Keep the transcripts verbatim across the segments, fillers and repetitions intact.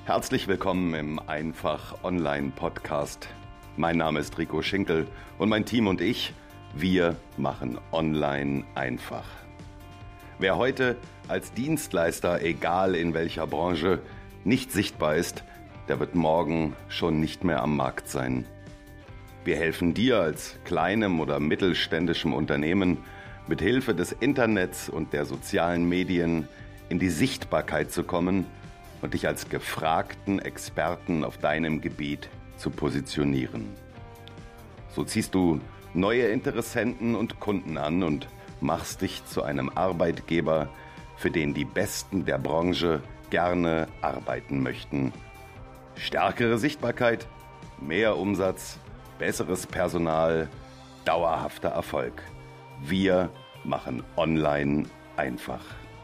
Herzlich willkommen im Einfach Online Podcast. Mein Name ist Rico Schinkel und mein Team und ich, wir machen online einfach. Wer heute als Dienstleister, egal in welcher Branche, nicht sichtbar ist, der wird morgen schon nicht mehr am Markt sein. Wir helfen dir als kleinem oder mittelständischem Unternehmen mit Hilfe des Internets und der sozialen Medien in die Sichtbarkeit zu kommen und dich als gefragten Experten auf deinem Gebiet zu positionieren. So ziehst du neue Interessenten und Kunden an und machst dich zu einem Arbeitgeber, für den die Besten der Branche gerne arbeiten möchten. Stärkere Sichtbarkeit, mehr Umsatz, besseres Personal, dauerhafter Erfolg. Wir machen online einfach.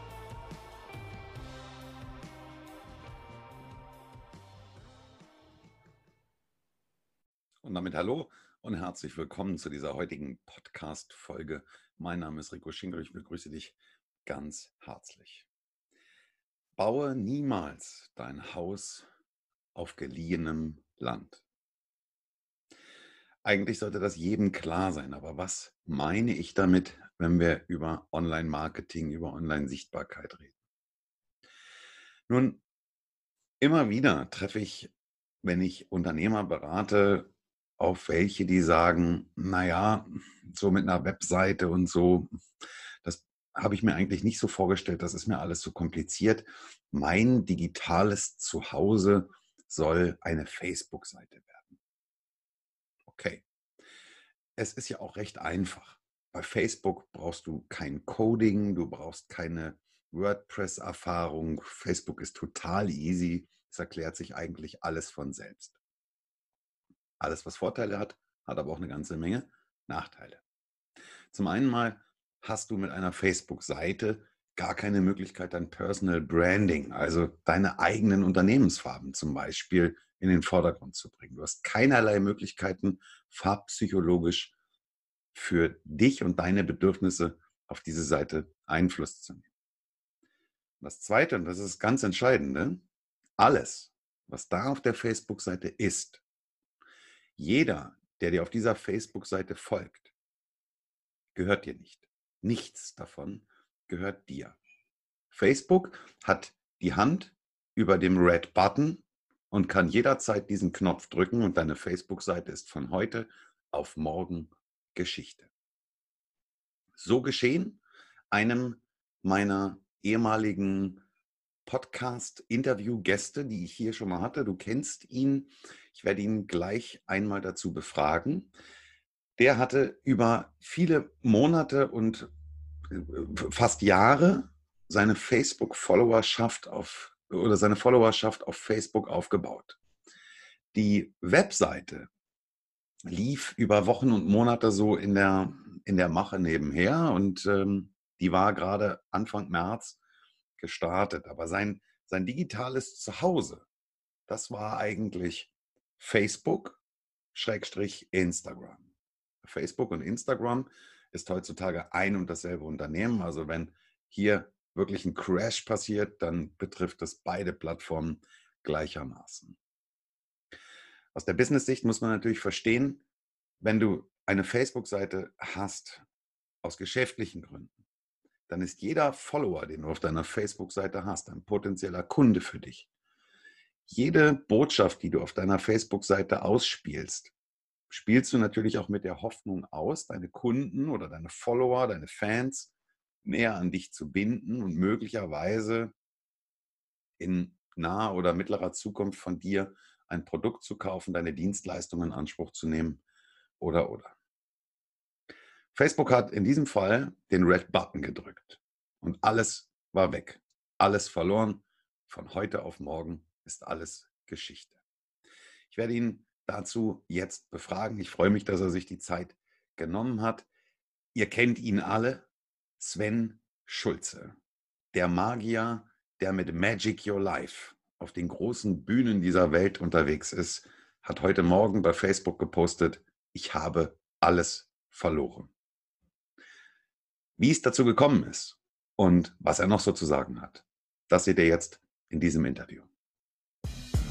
Und damit hallo und herzlich willkommen zu dieser heutigen Podcast-Folge. Mein Name ist Rico Schinkel, ich begrüße dich ganz herzlich. Baue niemals dein Haus auf geliehenem Land. Eigentlich sollte das jedem klar sein, aber was meine ich damit, wenn wir über Online-Marketing, über Online-Sichtbarkeit reden? Nun, immer wieder treffe ich, wenn ich Unternehmer berate, auf welche, die sagen, naja, so mit einer Webseite und so, das habe ich mir eigentlich nicht so vorgestellt, das ist mir alles zu kompliziert. Mein digitales Zuhause soll eine Facebook-Seite werden. Okay, es ist ja auch recht einfach. Bei Facebook brauchst du kein Coding, du brauchst keine WordPress-Erfahrung. Facebook ist total easy, es erklärt sich eigentlich alles von selbst. Alles, was Vorteile hat, hat aber auch eine ganze Menge Nachteile. Zum einen mal hast du mit einer Facebook-Seite gar keine Möglichkeit, dein Personal Branding, also deine eigenen Unternehmensfarben zum Beispiel, in den Vordergrund zu bringen. Du hast keinerlei Möglichkeiten, farbpsychologisch für dich und deine Bedürfnisse auf diese Seite Einfluss zu nehmen. Das Zweite, und das ist das ganz Entscheidende, alles, was da auf der Facebook-Seite ist, jeder, der dir auf dieser Facebook-Seite folgt, gehört dir nicht. Nichts davon gehört dir. Facebook hat die Hand über dem Red Button und kann jederzeit diesen Knopf drücken und deine Facebook-Seite ist von heute auf morgen Geschichte. So geschehen einem meiner ehemaligen Podcast-Interview-Gäste, die ich hier schon mal hatte. Du kennst ihn. Ich werde ihn gleich einmal dazu befragen. Der hatte über viele Monate und fast Jahre seine Facebook-Followerschaft auf oder seine Followerschaft auf Facebook aufgebaut. Die Webseite lief über Wochen und Monate so in der, in der Mache nebenher und ähm, die war gerade Anfang März gestartet. Aber sein, sein digitales Zuhause, das war eigentlich Facebook Schrägstrich Instagram. Facebook und Instagram ist heutzutage ein und dasselbe Unternehmen. Also wenn hier wirklich ein Crash passiert, dann betrifft es beide Plattformen gleichermaßen. Aus der Business-Sicht muss man natürlich verstehen, wenn du eine Facebook-Seite hast, aus geschäftlichen Gründen, dann ist jeder Follower, den du auf deiner Facebook-Seite hast, ein potenzieller Kunde für dich. Jede Botschaft, die du auf deiner Facebook-Seite ausspielst, spielst du natürlich auch mit der Hoffnung aus, deine Kunden oder deine Follower, deine Fans näher an dich zu binden und möglicherweise in naher oder mittlerer Zukunft von dir ein Produkt zu kaufen, deine Dienstleistungen in Anspruch zu nehmen oder oder. Facebook hat in diesem Fall den Red Button gedrückt und alles war weg. Alles verloren. Von heute auf morgen ist alles Geschichte. Ich werde ihn dazu jetzt befragen. Ich freue mich, dass er sich die Zeit genommen hat. Ihr kennt ihn alle. Sven Schulze, der Magier, der mit Magic Your Life auf den großen Bühnen dieser Welt unterwegs ist, hat heute Morgen bei Facebook gepostet, ich habe alles verloren. Wie es dazu gekommen ist und was er noch so zu sagen hat, das seht ihr jetzt in diesem Interview.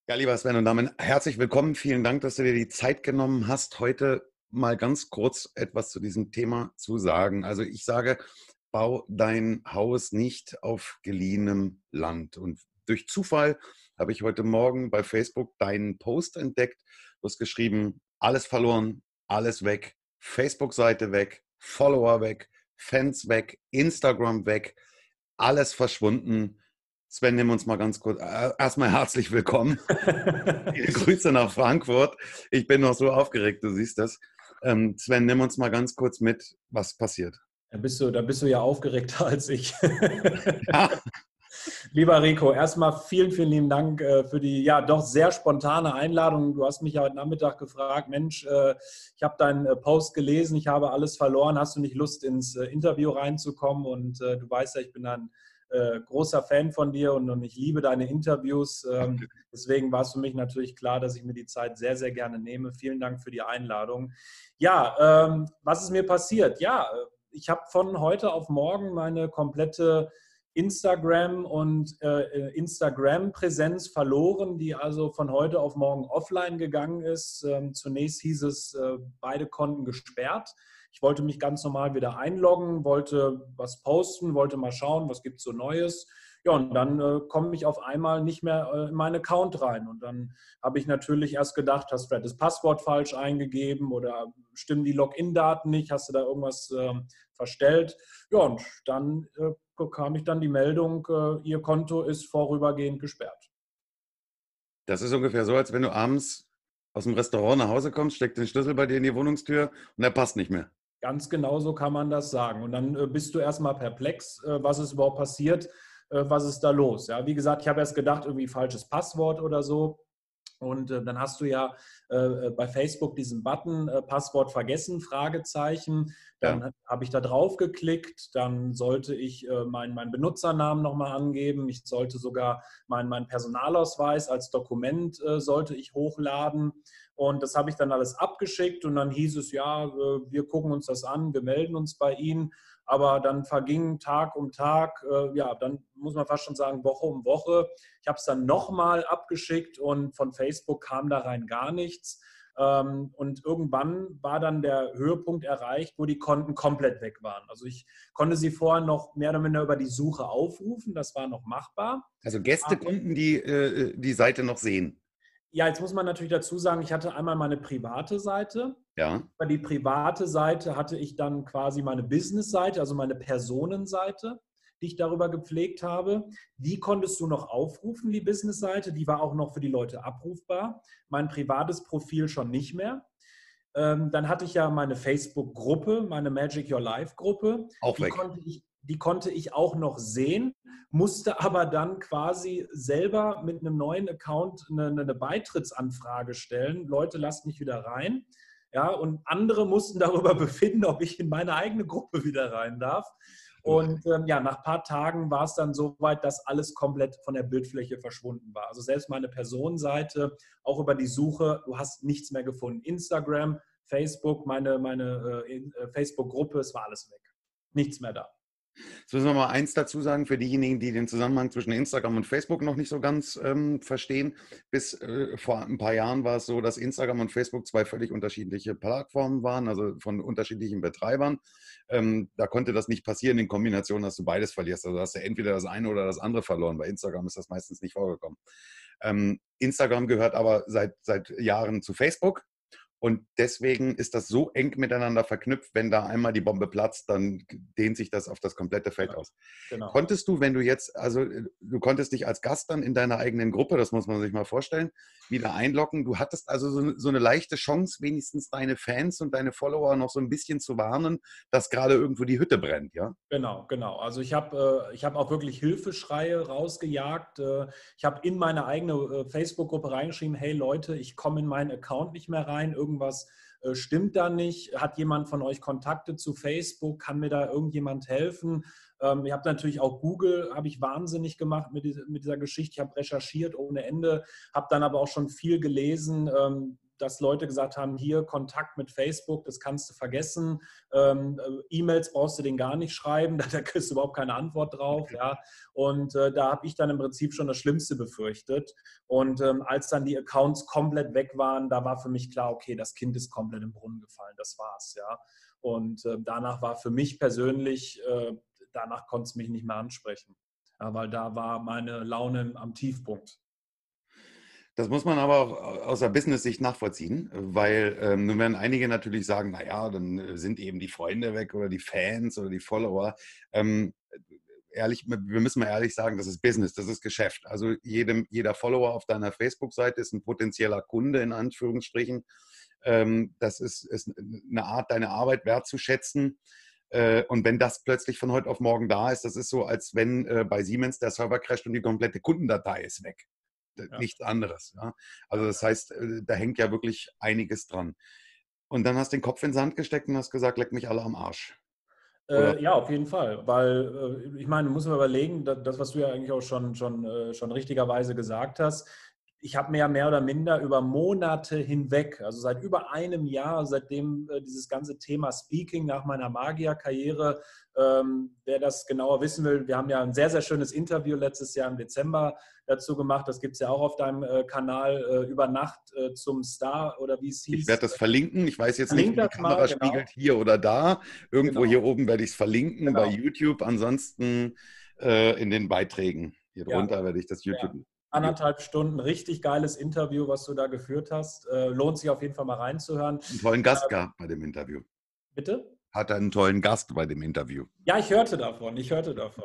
Ja, lieber Sven und damit herzlich willkommen. Vielen Dank, dass du dir die Zeit genommen hast, heute mal ganz kurz etwas zu diesem Thema zu sagen. Also ich sage, bau dein Haus nicht auf geliehenem Land. Und durch Zufall habe ich heute Morgen bei Facebook deinen Post entdeckt. Du hast geschrieben, alles verloren, alles weg, Facebook-Seite weg, Follower weg, Fans weg, Instagram weg, alles verschwunden. Sven, nimm uns mal ganz kurz. äh, Erstmal herzlich willkommen. Viele Grüße nach Frankfurt. Ich bin noch so aufgeregt, du siehst das. Ähm, Sven, nimm uns mal ganz kurz mit, was passiert. Da bist du, da bist du ja aufgeregter als ich. Ja, Lieber Rico, erstmal vielen, vielen lieben Dank äh, für die ja doch sehr spontane Einladung. Du hast mich ja heute Nachmittag gefragt, Mensch, äh, ich habe deinen äh, Post gelesen, ich habe alles verloren. Hast du nicht Lust, ins äh, Interview reinzukommen? Und äh, du weißt ja, ich bin ein äh, großer Fan von dir und, und ich liebe deine Interviews. Ähm, deswegen war es für mich natürlich klar, dass ich mir die Zeit sehr, sehr gerne nehme. Vielen Dank für die Einladung. Ja, ähm, was ist mir passiert? Ja, ich habe von heute auf morgen meine komplette Instagram und äh, Instagram-Präsenz verloren, die also von heute auf morgen offline gegangen ist. Ähm, zunächst hieß es, äh, beide Konten gesperrt. Ich wollte mich ganz normal wieder einloggen, wollte was posten, wollte mal schauen, was gibt es so Neues. Ja, und dann äh, komme ich auf einmal nicht mehr äh, in meinen Account rein. Und dann habe ich natürlich erst gedacht, hast du vielleicht das Passwort falsch eingegeben oder stimmen die Login-Daten nicht, hast du da irgendwas äh, verstellt. Ja, und dann äh, bekam ich dann die Meldung, äh, Ihr Konto ist vorübergehend gesperrt. das ist ungefähr so, als wenn du abends aus dem Restaurant nach Hause kommst, steckst den Schlüssel bei dir in die Wohnungstür und der passt nicht mehr. Ganz genau so kann man das sagen. Und dann äh, bist du erstmal perplex, äh, was ist überhaupt passiert, äh, was ist da los. Ja, wie gesagt, ich habe erst gedacht, irgendwie falsches Passwort oder so. Und äh, dann hast du ja äh, bei Facebook diesen Button äh, Passwort vergessen, Fragezeichen. Ja. Dann habe ich da drauf geklickt. Dann sollte ich äh, meinen mein Benutzernamen nochmal angeben. Ich sollte sogar meinen mein Personalausweis als Dokument äh, sollte ich hochladen. Und das habe ich dann alles abgeschickt. Und dann hieß es, ja, äh, wir gucken uns das an, wir melden uns bei Ihnen. Aber dann verging Tag um Tag, äh, ja, dann muss man fast schon sagen, Woche um Woche. Ich habe es dann nochmal abgeschickt und von Facebook kam da rein gar nichts. Ähm, und irgendwann war dann der Höhepunkt erreicht, wo die Konten komplett weg waren. Also ich konnte sie vorher noch mehr oder minder über die Suche aufrufen, das war noch machbar. Also Gäste konnten die, äh, die Seite noch sehen. Ja, jetzt muss man natürlich dazu sagen, ich hatte einmal meine private Seite. Ja. Über die private Seite hatte ich dann quasi meine Business-Seite, also meine Personenseite, die ich darüber gepflegt habe. Die konntest du noch aufrufen, die Business-Seite. Die war auch noch für die Leute abrufbar. Mein privates Profil schon nicht mehr. Ähm, dann hatte ich ja meine Facebook-Gruppe, meine Magic Your Life-Gruppe. Auch Die weg. konnte ich, die konnte ich auch noch sehen, musste aber dann quasi selber mit einem neuen Account eine, eine Beitrittsanfrage stellen. Leute, lasst mich wieder rein. Ja, und andere mussten darüber befinden, ob ich in meine eigene Gruppe wieder rein darf. Und ähm, ja, nach ein paar Tagen war es dann so weit, dass alles komplett von der Bildfläche verschwunden war. Also selbst meine Personenseite, auch über die Suche, du hast nichts mehr gefunden. Instagram, Facebook, meine, meine äh, Facebook-Gruppe, es war alles weg. Nichts mehr da. Jetzt müssen wir mal eins dazu sagen, für diejenigen, die den Zusammenhang zwischen Instagram und Facebook noch nicht so ganz ähm, verstehen. Bis äh, vor ein paar Jahren war es so, dass Instagram und Facebook zwei völlig unterschiedliche Plattformen waren, also von unterschiedlichen Betreibern. Ähm, da konnte das nicht passieren in Kombination, dass du beides verlierst. Also hast du entweder das eine oder das andere verloren. Bei Instagram ist das meistens nicht vorgekommen. Ähm, Instagram gehört aber seit, seit Jahren zu Facebook. Und deswegen ist das so eng miteinander verknüpft, wenn da einmal die Bombe platzt, dann dehnt sich das auf das komplette Feld Genau. aus. Genau. Konntest du, wenn du jetzt, also du konntest dich als Gast dann in deiner eigenen Gruppe, das muss man sich mal vorstellen, wieder einloggen. Du hattest also so, so eine leichte Chance, wenigstens deine Fans und deine Follower noch so ein bisschen zu warnen, dass gerade irgendwo die Hütte brennt, ja? Genau, genau. Also ich habe äh, ich hab auch wirklich Hilfeschreie rausgejagt. Äh, ich habe in meine eigene äh, Facebook-Gruppe reingeschrieben, hey Leute, ich komme in meinen Account nicht mehr rein, irgendwas äh, stimmt da nicht. Hat jemand von euch Kontakte zu Facebook? Kann mir da irgendjemand helfen? Ähm, ich habe natürlich auch Google, habe ich wahnsinnig gemacht mit, diese, mit dieser Geschichte. Ich habe recherchiert ohne Ende, habe dann aber auch schon viel gelesen. Ähm, dass Leute gesagt haben, hier Kontakt mit Facebook, das kannst du vergessen. Ähm, E-Mails brauchst du den gar nicht schreiben, da, da kriegst du überhaupt keine Antwort drauf. Ja. Und äh, da habe ich dann im Prinzip schon das Schlimmste befürchtet. Und ähm, als dann die Accounts komplett weg waren, da war für mich klar, okay, das Kind ist komplett im Brunnen gefallen, das war's. Ja. Und äh, danach war für mich persönlich, äh, danach konnte es mich nicht mehr ansprechen. Ja, weil da war meine Laune am Tiefpunkt. Das muss man aber auch aus der Business-Sicht nachvollziehen, weil ähm, nun werden einige natürlich sagen, naja, dann sind eben die Freunde weg oder die Fans oder die Follower. Ähm, ehrlich, wir müssen mal ehrlich sagen, das ist Business, das ist Geschäft. Also jedem, jeder Follower auf deiner Facebook-Seite ist ein potenzieller Kunde in Anführungsstrichen. Ähm, das ist, ist eine Art, deine Arbeit wertzuschätzen. Äh, und wenn das plötzlich von heute auf morgen da ist, das ist so, als wenn äh, bei Siemens der Server crasht und die komplette Kundendatei ist weg. Ja. Nichts anderes. Ja? Also das heißt, äh, da hängt ja wirklich einiges dran. Und dann hast du den Kopf in den Sand gesteckt und hast gesagt, leck mich alle am Arsch. Oder? Äh, ja, auf jeden Fall, weil äh, ich meine, muss man überlegen, das, das, was du ja eigentlich auch schon, schon, äh, schon richtigerweise gesagt hast, ich habe mir ja mehr oder minder über Monate hinweg, also seit über einem Jahr, seitdem äh, dieses ganze Thema Speaking nach meiner Magierkarriere, ähm, wer das genauer wissen will, wir haben ja ein sehr, sehr schönes Interview letztes Jahr im Dezember dazu gemacht, das gibt es ja auch auf deinem äh, Kanal, äh, über Nacht äh, zum Star oder wie es Ich hieß. werde das verlinken. Ich weiß jetzt nicht, Verlinkt wie die das mal, Kamera genau. spiegelt, hier oder da. Irgendwo Genau, hier oben werde ich es verlinken bei genau. YouTube. Ansonsten äh, in den Beiträgen. Hier Ja, drunter werde ich das ja. YouTube-Video. Anderthalb Stunden, richtig geiles Interview, was du da geführt hast. Äh, lohnt sich auf jeden Fall mal reinzuhören. Einen tollen Gast gehabt bei dem Interview. Bitte? Hat einen tollen Gast bei dem Interview. Ja, ich hörte davon, ich hörte davon.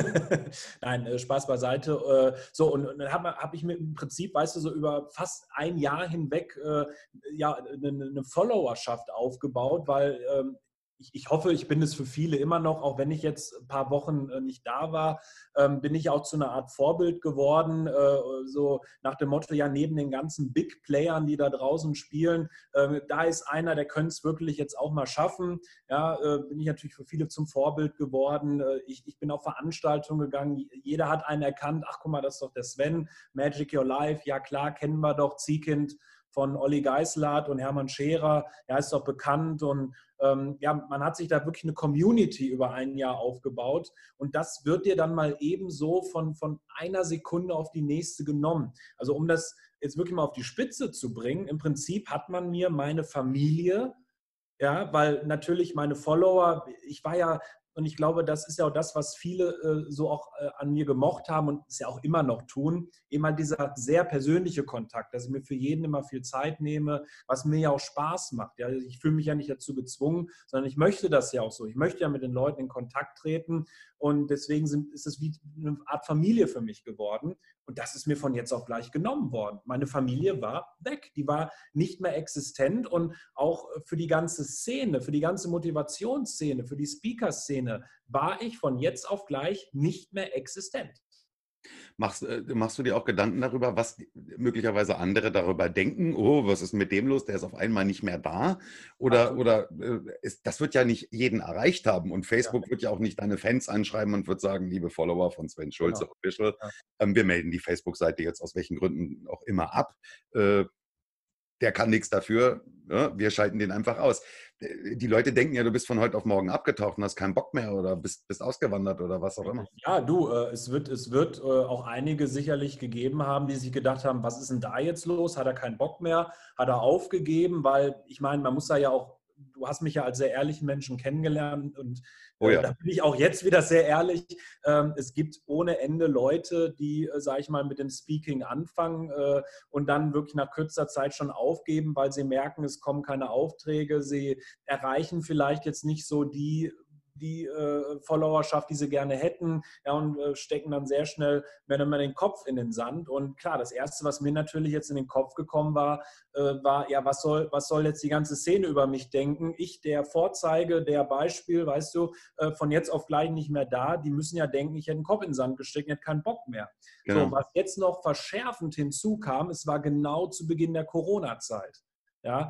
Nein, äh, Spaß beiseite. Äh, so, und, und dann habe hab ich mir im Prinzip, weißt du, so über fast ein Jahr hinweg äh, ja, eine, eine Followerschaft aufgebaut, weil ähm, ich, ich hoffe, ich bin es für viele immer noch, auch wenn ich jetzt ein paar Wochen äh, nicht da war, ähm, bin ich auch zu einer Art Vorbild geworden, äh, so nach dem Motto, ja, neben den ganzen Big Playern, die da draußen spielen, äh, da ist einer, der könnte es wirklich jetzt auch mal schaffen. Ja, äh, bin ich natürlich für viele zum Vorbild geworden. Äh, ich, ich bin auf Veranstaltungen gegangen. Jeder hat einen erkannt. Ach, guck mal, das ist doch der Sven. Magic Your Life. Ja, klar, kennen wir doch. Ziehkind von Olli Geislat und Hermann Scherer. Er ist doch bekannt. Und ähm, ja, man hat sich da wirklich eine Community über ein Jahr aufgebaut. Und das wird dir dann mal ebenso von, von einer Sekunde auf die nächste genommen. Also um das jetzt wirklich mal auf die Spitze zu bringen, im Prinzip hat man mir meine Familie, ja, weil natürlich meine Follower, ich war ja, und ich glaube, das ist ja auch das, was viele äh, so auch äh, an mir gemocht haben und es ja auch immer noch tun, eben halt dieser sehr persönliche Kontakt, dass ich mir für jeden immer viel Zeit nehme, was mir ja auch Spaß macht. Ja. Ich fühle mich ja nicht dazu gezwungen, sondern ich möchte das ja auch so. Ich möchte ja mit den Leuten in Kontakt treten und deswegen sind, ist es wie eine Art Familie für mich geworden. Und das ist mir von jetzt auf gleich genommen worden. Meine Familie war weg. Die war nicht mehr existent und auch für die ganze Szene, für die ganze Motivationsszene, für die Speaker-Szene war ich von jetzt auf gleich nicht mehr existent. Machst, äh, machst du dir auch Gedanken darüber, was möglicherweise andere darüber denken? Oh, was ist mit dem los? Der ist auf einmal nicht mehr da. Oder, Absolut. oder äh, ist, das wird ja nicht jeden erreicht haben. Und Ja, Facebook wird ja auch nicht deine Fans anschreiben und wird sagen, liebe Follower von Sven Schulze genau. Official, Ja. ähm, wir melden die Facebook-Seite jetzt aus welchen Gründen auch immer ab. Äh, der kann nichts dafür, ja, wir schalten den einfach aus. Die Leute denken ja, du bist von heute auf morgen abgetaucht und hast keinen Bock mehr oder bist, bist ausgewandert oder was auch immer. Ja, du, äh, es wird, es wird äh, auch einige sicherlich gegeben haben, die sich gedacht haben, was ist denn da jetzt los? Hat er keinen Bock mehr? Hat er aufgegeben? Weil ich meine, man muss da ja auch, du hast mich ja als sehr ehrlichen Menschen kennengelernt und Oh äh, ja. da bin ich auch jetzt wieder sehr ehrlich. Ähm, es gibt ohne Ende Leute, die, äh, sage ich mal, mit dem Speaking anfangen äh, und dann wirklich nach kürzester Zeit schon aufgeben, weil sie merken, es kommen keine Aufträge, sie erreichen vielleicht jetzt nicht so die die äh, Followerschaft, die sie gerne hätten, ja, und äh, stecken dann sehr schnell mehr oder weniger den Kopf in den Sand. Und klar, das Erste, was mir natürlich jetzt in den Kopf gekommen war, äh, war, ja, was soll, was soll jetzt die ganze Szene über mich denken? Ich, der Vorzeige, der Beispiel, weißt du, äh, von jetzt auf gleich nicht mehr da, die müssen ja denken, ich hätte den Kopf in den Sand gesteckt und hätte keinen Bock mehr. Genau. So, was jetzt noch verschärfend hinzukam, es war genau zu Beginn der Corona-Zeit. Ja,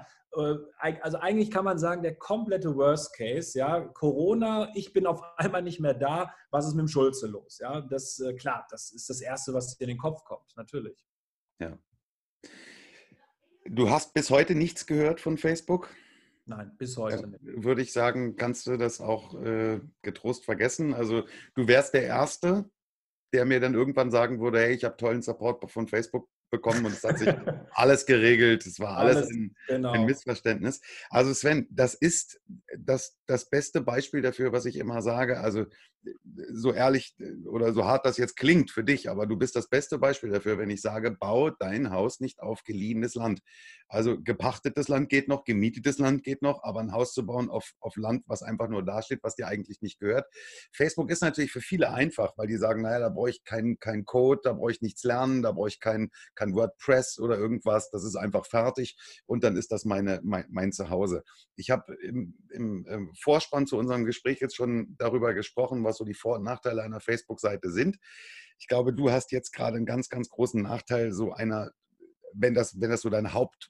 also eigentlich kann man sagen, der komplette Worst Case, ja, Corona, ich bin auf einmal nicht mehr da, was ist mit dem Schulze los? Ja, das, klar, das ist das Erste, was dir in den Kopf kommt, natürlich. Ja. Du hast bis heute nichts gehört von Facebook? Nein, bis Äh, heute nicht. würde ich sagen, kannst du das auch äh, getrost vergessen. Also du wärst der Erste, der mir dann irgendwann sagen würde, hey, ich habe tollen Support von Facebook bekommen und es hat sich alles geregelt, es war alles Alles, ein, ein genau. Missverständnis. Also Sven, das ist das, das beste Beispiel dafür, was ich immer sage. Also so ehrlich oder so hart das jetzt klingt für dich, aber du bist das beste Beispiel dafür, wenn ich sage, bau dein Haus nicht auf geliehenes Land. Also gepachtetes Land geht noch, gemietetes Land geht noch, aber ein Haus zu bauen auf, auf Land, was einfach nur dasteht, was dir eigentlich nicht gehört. Facebook ist natürlich für viele einfach, weil die sagen, naja, da brauche ich keinen kein Code, da brauche ich nichts lernen, da brauche ich kein, kein WordPress oder irgendwas, das ist einfach fertig und dann ist das meine, mein, mein Zuhause. Ich habe im, im, im Vorspann zu unserem Gespräch jetzt schon darüber gesprochen, was so die Vor- und Nachteile einer Facebook-Seite sind. Ich glaube, du hast jetzt gerade einen ganz, ganz großen Nachteil, so einer, wenn das, wenn das so dein Haupt,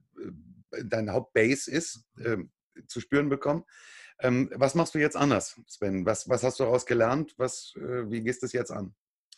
deine Hauptbase ist, äh, zu spüren bekommen. Ähm, was machst du jetzt anders, Sven? Was, was hast du daraus gelernt? Was, äh, wie gehst du es jetzt an?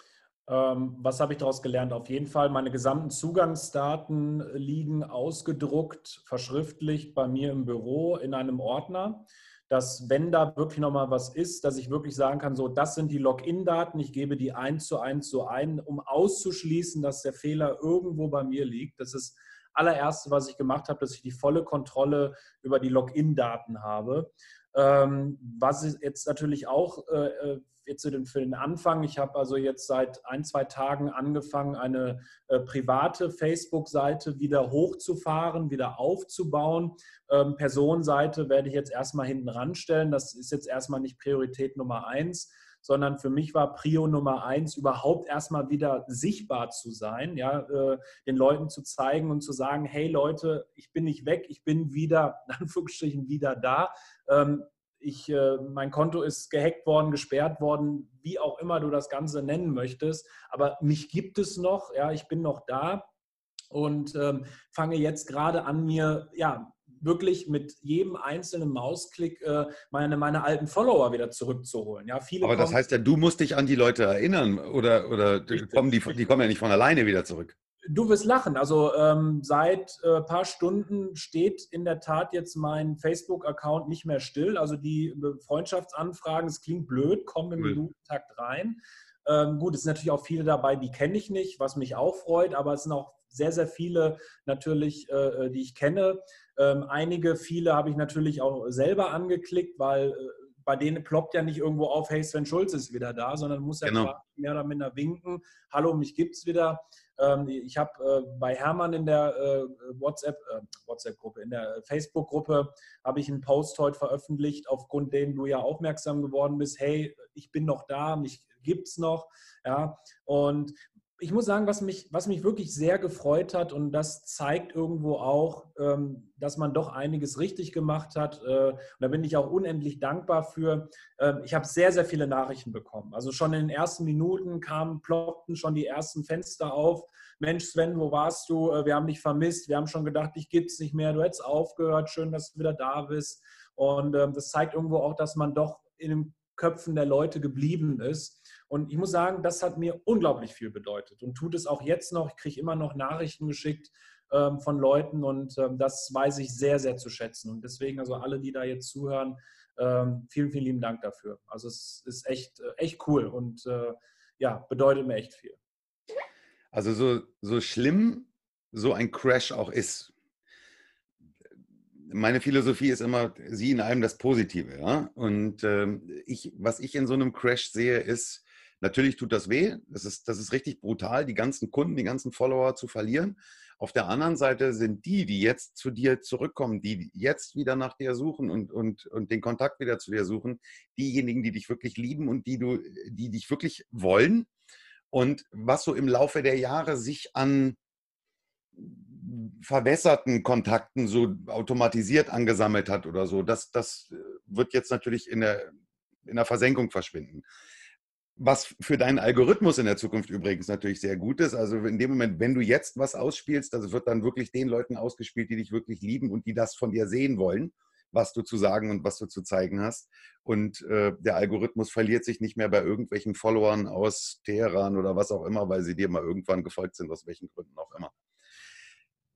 Ähm, was habe ich daraus gelernt? Auf jeden Fall, meine gesamten Zugangsdaten liegen ausgedruckt, verschriftlicht bei mir im Büro in einem Ordner, dass wenn da wirklich nochmal was ist, dass ich wirklich sagen kann, so, das sind die Login-Daten, ich gebe die eins zu eins so ein, um auszuschließen, dass der Fehler irgendwo bei mir liegt. Das ist das allererste, was ich gemacht habe, dass ich die volle Kontrolle über die Login-Daten habe. Ähm, was jetzt natürlich auch äh, jetzt für den Anfang, ich habe also jetzt seit ein, zwei Tagen angefangen, eine äh, private Facebook-Seite wieder hochzufahren, wieder aufzubauen. Ähm, Personenseite werde ich jetzt erstmal hinten ranstellen. Das ist jetzt erstmal nicht Priorität Nummer eins, sondern für mich war Prio Nummer eins, überhaupt erstmal wieder sichtbar zu sein, ja, äh, den Leuten zu zeigen und zu sagen, hey Leute, ich bin nicht weg, ich bin wieder, in Anführungsstrichen, wieder da. Ähm, ich, äh, mein Konto ist gehackt worden, gesperrt worden, wie auch immer du das Ganze nennen möchtest. Aber mich gibt es noch, ja, ich bin noch da und ähm, fange jetzt gerade an, mir ja wirklich mit jedem einzelnen Mausklick äh, meine, meine alten Follower wieder zurückzuholen. Ja, viele Aber das kommen. heißt ja, du musst dich an die Leute erinnern oder, oder kommen Richtig, die, die kommen ja nicht von alleine wieder zurück. Du wirst lachen. Also ähm, seit ein äh, paar Stunden steht in der Tat jetzt mein Facebook-Account nicht mehr still. Also die äh, Freundschaftsanfragen, es klingt blöd, kommen im Cool. Minutentakt rein. Ähm, gut, es sind natürlich auch viele dabei, die kenne ich nicht, was mich auch freut, aber es sind auch sehr, sehr viele natürlich, äh, die ich kenne. Ähm, einige, viele habe ich natürlich auch selber angeklickt, weil äh, bei denen ploppt ja nicht irgendwo auf, hey, Sven Schulz ist wieder da, sondern muss ja Genau. quasi mehr oder minder winken, hallo, mich gibt's wieder. Ähm, ich habe äh, bei Hermann in der äh, WhatsApp, äh, WhatsApp-Gruppe, in der Facebook-Gruppe habe ich einen Post heute veröffentlicht, aufgrund dem du ja aufmerksam geworden bist, hey, ich bin noch da, mich gibt's noch. Ja, und ich muss sagen, was mich, was mich wirklich sehr gefreut hat und das zeigt irgendwo auch, ähm, dass man doch einiges richtig gemacht hat. Äh, und da bin ich auch unendlich dankbar für. Äh, ich habe sehr, sehr viele Nachrichten bekommen. Also schon in den ersten Minuten kamen, ploppten schon die ersten Fenster auf. Mensch, Sven, wo warst du? Äh, wir haben dich vermisst. Wir haben schon gedacht, dich gibt es nicht mehr. Du hättest aufgehört. Schön, dass du wieder da bist. Und ähm, das zeigt irgendwo auch, dass man doch in den Köpfen der Leute geblieben ist. Und ich muss sagen, das hat mir unglaublich viel bedeutet und tut es auch jetzt noch. Ich kriege immer noch Nachrichten geschickt ähm, von Leuten und ähm, das weiß ich sehr, sehr zu schätzen. Und deswegen, also alle, die da jetzt zuhören, ähm, vielen, vielen lieben Dank dafür. Also es ist echt, äh, echt cool und äh, ja, bedeutet mir echt viel. Also so, so schlimm so ein Crash auch ist. Meine Philosophie ist immer, sieh in allem das Positive. Ja? Und ähm, ich, was ich in so einem Crash sehe, ist, natürlich tut das weh. Das ist, das ist richtig brutal, die ganzen Kunden, die ganzen Follower zu verlieren. Auf der anderen Seite sind die, die jetzt zu dir zurückkommen, die jetzt wieder nach dir suchen und, und, und den Kontakt wieder zu dir suchen, diejenigen, die dich wirklich lieben und die, du, die dich wirklich wollen. Und was so im Laufe der Jahre sich an verwässerten Kontakten so automatisiert angesammelt hat oder so, das, das wird jetzt natürlich in der, in der Versenkung verschwinden. Was für deinen Algorithmus in der Zukunft übrigens natürlich sehr gut ist. Also in dem Moment, wenn du jetzt was ausspielst, das wird dann wirklich den Leuten ausgespielt, die dich wirklich lieben und die das von dir sehen wollen, was du zu sagen und was du zu zeigen hast. Und äh, der Algorithmus verliert sich nicht mehr bei irgendwelchen Followern aus Teheran oder was auch immer, weil sie dir mal irgendwann gefolgt sind, aus welchen Gründen auch immer.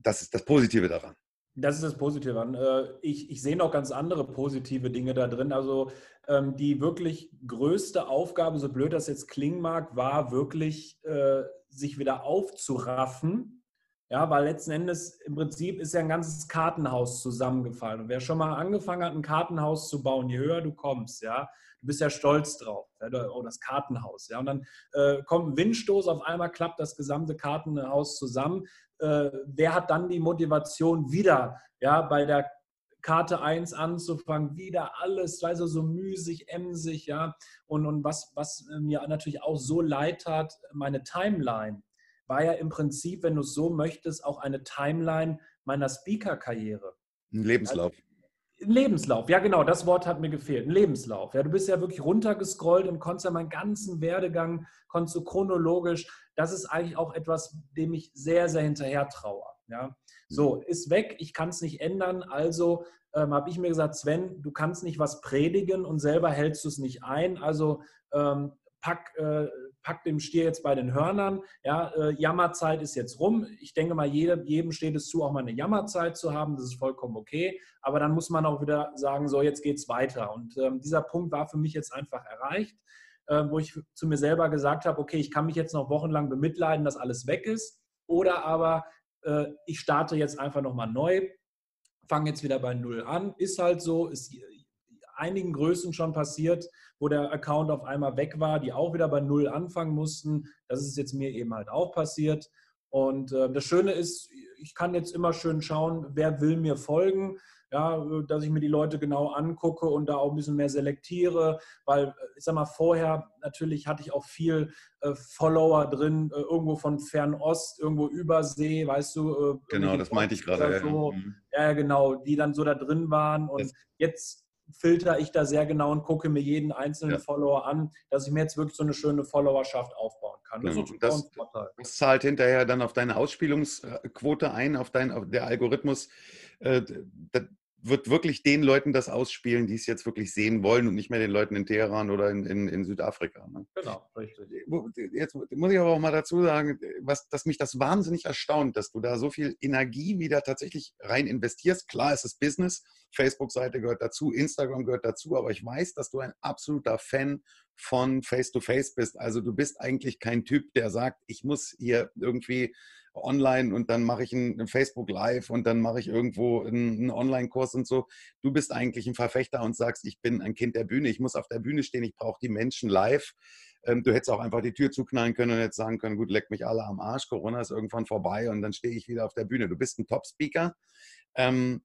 das ist das Positive daran. Das ist das Positive an. Ich, ich sehe noch ganz andere positive Dinge da drin. Also ähm, die wirklich größte Aufgabe, so blöd das jetzt klingen mag, war wirklich, äh, sich wieder aufzuraffen. Ja, weil letzten Endes im Prinzip ist ja ein ganzes Kartenhaus zusammengefallen. Und wer schon mal angefangen hat, ein Kartenhaus zu bauen, je höher du kommst, ja, du bist ja stolz drauf, ja, oh, das Kartenhaus. Ja, und dann äh, kommt ein Windstoß, auf einmal klappt das gesamte Kartenhaus zusammen. Äh, wer hat dann die Motivation, wieder ja, bei der Karte eins anzufangen, wieder alles, also so müßig, emsig, ja. Und, und was, was mir natürlich auch so leid tat, meine Timeline war ja im Prinzip, wenn du es so möchtest, auch eine Timeline meiner Speaker-Karriere. Ein Lebenslauf. Ein Lebenslauf, ja genau, das Wort hat mir gefehlt. Ein Lebenslauf. Ja, du bist ja wirklich runtergescrollt und konntest ja meinen ganzen Werdegang, konntest du chronologisch, das ist eigentlich auch etwas, dem ich sehr, sehr hinterher traue. Ja. So, ist weg, ich kann es nicht ändern, also ähm, habe ich mir gesagt, Sven, du kannst nicht was predigen und selber hältst du es nicht ein, also ähm, pack, äh, pack dem Stier jetzt bei den Hörnern, ja, äh, Jammerzeit ist jetzt rum, ich denke mal, jedem, jedem steht es zu, auch mal eine Jammerzeit zu haben, das ist vollkommen okay, aber dann muss man auch wieder sagen, so, jetzt geht es weiter und ähm, dieser Punkt war für mich jetzt einfach erreicht, äh, wo ich zu mir selber gesagt habe, okay, ich kann mich jetzt noch wochenlang bemitleiden, dass alles weg ist, oder aber äh, ich starte jetzt einfach nochmal neu, fange jetzt wieder bei Null an, ist halt so, ist einigen Größen schon passiert, wo der Account auf einmal weg war, die auch wieder bei Null anfangen mussten. Das ist jetzt mir eben halt auch passiert. Und äh, das Schöne ist, ich kann jetzt immer schön schauen, wer will mir folgen, ja, dass ich mir die Leute genau angucke und da auch ein bisschen mehr selektiere, weil ich sag mal, vorher natürlich hatte ich auch viel äh, Follower drin, äh, irgendwo von Fernost, irgendwo Übersee, weißt du. Äh, genau, das meinte ich gerade. So. Ja. ja, genau, die dann so da drin waren und das jetzt filter ich da sehr genau und gucke mir jeden einzelnen ja. Follower an, dass ich mir jetzt wirklich so eine schöne Followerschaft aufbauen kann. Das, genau. das, das zahlt hinterher dann auf deine Ausspielungsquote ein, auf dein, auf der Algorithmus. Äh, das wird wirklich den Leuten das ausspielen, die es jetzt wirklich sehen wollen und nicht mehr den Leuten in Teheran oder in, in, in Südafrika. Ne? Genau, richtig. Jetzt muss ich aber auch mal dazu sagen, was, dass mich das wahnsinnig erstaunt, dass du da so viel Energie wieder tatsächlich rein investierst. Klar, es ist Business, Facebook-Seite gehört dazu, Instagram gehört dazu, aber ich weiß, dass du ein absoluter Fan von Face-to-Face bist. Also du bist eigentlich kein Typ, der sagt, ich muss hier irgendwie online und dann mache ich ein Facebook Live und dann mache ich irgendwo einen, einen Online-Kurs und so. Du bist eigentlich ein Verfechter und sagst, ich bin ein Kind der Bühne, ich muss auf der Bühne stehen, ich brauche die Menschen live. Ähm, du hättest auch einfach die Tür zuknallen können und jetzt sagen können, gut, leck mich alle am Arsch, Corona ist irgendwann vorbei und dann stehe ich wieder auf der Bühne. Du bist ein Top-Speaker. Ähm,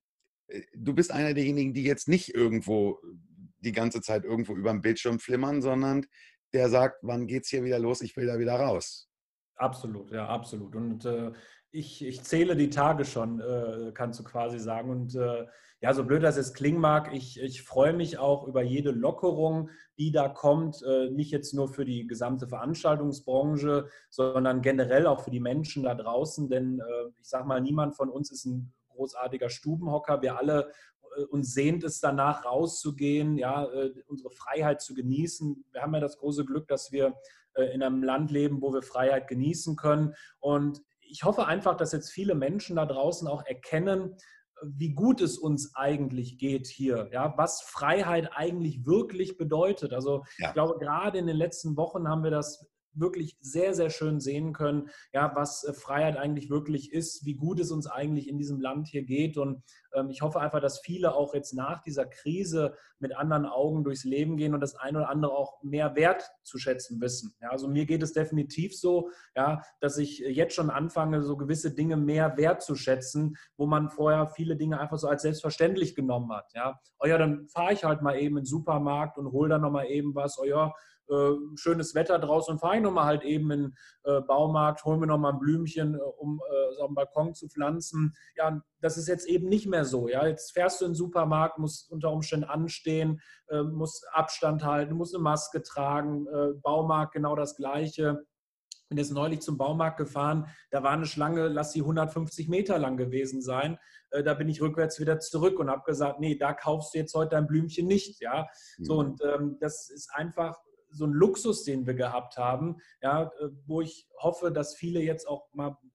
du bist einer derjenigen, die jetzt nicht irgendwo die ganze Zeit irgendwo über dem Bildschirm flimmern, sondern der sagt, wann geht es hier wieder los, ich will da wieder raus. Absolut, ja, absolut. Und äh, ich, ich zähle die Tage schon, äh, kannst du quasi sagen. Und äh, ja, so blöd das jetzt klingen mag, ich, ich freue mich auch über jede Lockerung, die da kommt. Äh, nicht jetzt nur für die gesamte Veranstaltungsbranche, sondern generell auch für die Menschen da draußen. Denn äh, ich sage mal, niemand von uns ist ein großartiger Stubenhocker. Wir alle äh, uns sehnt es danach, rauszugehen, ja, äh, unsere Freiheit zu genießen. Wir haben ja das große Glück, dass wir in einem Land leben, wo wir Freiheit genießen können. Und ich hoffe einfach, dass jetzt viele Menschen da draußen auch erkennen, wie gut es uns eigentlich geht hier, ja, was Freiheit eigentlich wirklich bedeutet. Also ja. Ich glaube, gerade in den letzten Wochen haben wir das wirklich sehr, sehr schön sehen können, ja, was Freiheit eigentlich wirklich ist, wie gut es uns eigentlich in diesem Land hier geht. Und ähm, ich hoffe einfach, dass viele auch jetzt nach dieser Krise mit anderen Augen durchs Leben gehen und das eine oder andere auch mehr wertzuschätzen wissen. Ja, also mir geht es definitiv so, ja, dass ich jetzt schon anfange, so gewisse Dinge mehr wertzuschätzen, wo man vorher viele Dinge einfach so als selbstverständlich genommen hat. Ja, oh ja, dann fahre ich halt mal eben in den Supermarkt und hole dann noch mal eben was. Oh ja, Äh, schönes Wetter draußen und fahre ich nochmal halt eben in den äh, Baumarkt, hole mir nochmal ein Blümchen, äh, um äh, so am Balkon zu pflanzen. Ja, das ist jetzt eben nicht mehr so. Ja? Jetzt fährst du in den Supermarkt, musst unter Umständen anstehen, äh, musst Abstand halten, musst eine Maske tragen, äh, Baumarkt genau das Gleiche. Ich bin jetzt neulich zum Baumarkt gefahren, da war eine Schlange, lass sie hundertfünfzig Meter lang gewesen sein. Äh, da bin ich rückwärts wieder zurück und habe gesagt, nee, da kaufst du jetzt heute dein Blümchen nicht. Ja? Mhm. So, und ähm, das ist einfach so ein Luxus, den wir gehabt haben, ja, wo ich hoffe, dass viele jetzt auch mal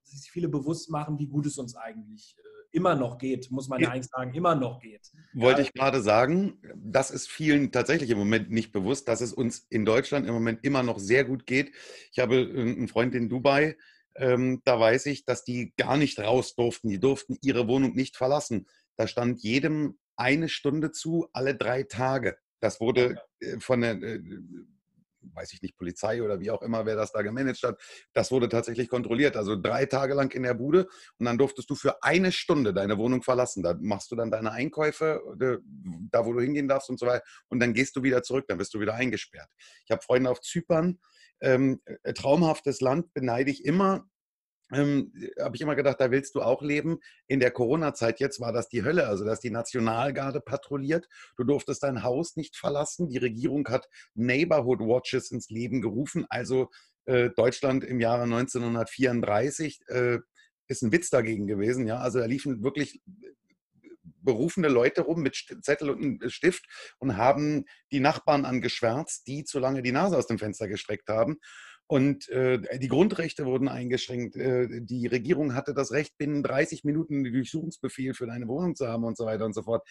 sich viele bewusst machen, wie gut es uns eigentlich äh, immer noch geht, muss man ja eigentlich sagen, immer noch geht. Wollte Ja, ich gerade sagen, das ist vielen tatsächlich im Moment nicht bewusst, dass es uns in Deutschland im Moment immer noch sehr gut geht. Ich habe einen Freund in Dubai, ähm, da weiß ich, dass die gar nicht raus durften. Die durften ihre Wohnung nicht verlassen. Da stand jedem eine Stunde zu, alle drei Tage. Das wurde äh, von der, äh, weiß ich nicht, Polizei oder wie auch immer, wer das da gemanagt hat, das wurde tatsächlich kontrolliert. Also drei Tage lang in der Bude und dann durftest du für eine Stunde deine Wohnung verlassen. Da machst du dann deine Einkäufe, da wo du hingehen darfst und so weiter. Und dann gehst du wieder zurück, dann bist du wieder eingesperrt. Ich habe Freunde auf Zypern, ähm, traumhaftes Land, beneide ich immer. Ähm, habe ich immer gedacht, da willst du auch leben. In der Corona-Zeit jetzt war das die Hölle, also dass die Nationalgarde patrouilliert. Du durftest dein Haus nicht verlassen. Die Regierung hat Neighborhood Watches ins Leben gerufen. Also äh, Deutschland im Jahre neunzehnhundertvierunddreißig äh, ist ein Witz dagegen gewesen. Ja? Also da liefen wirklich berufene Leute rum mit Zettel und einem Stift und haben die Nachbarn angeschwärzt, die zu lange die Nase aus dem Fenster gestreckt haben. Und äh, die Grundrechte wurden eingeschränkt. Äh, die Regierung hatte das Recht, binnen dreißig Minuten einen Durchsuchungsbefehl für deine Wohnung zu haben und so weiter und so fort.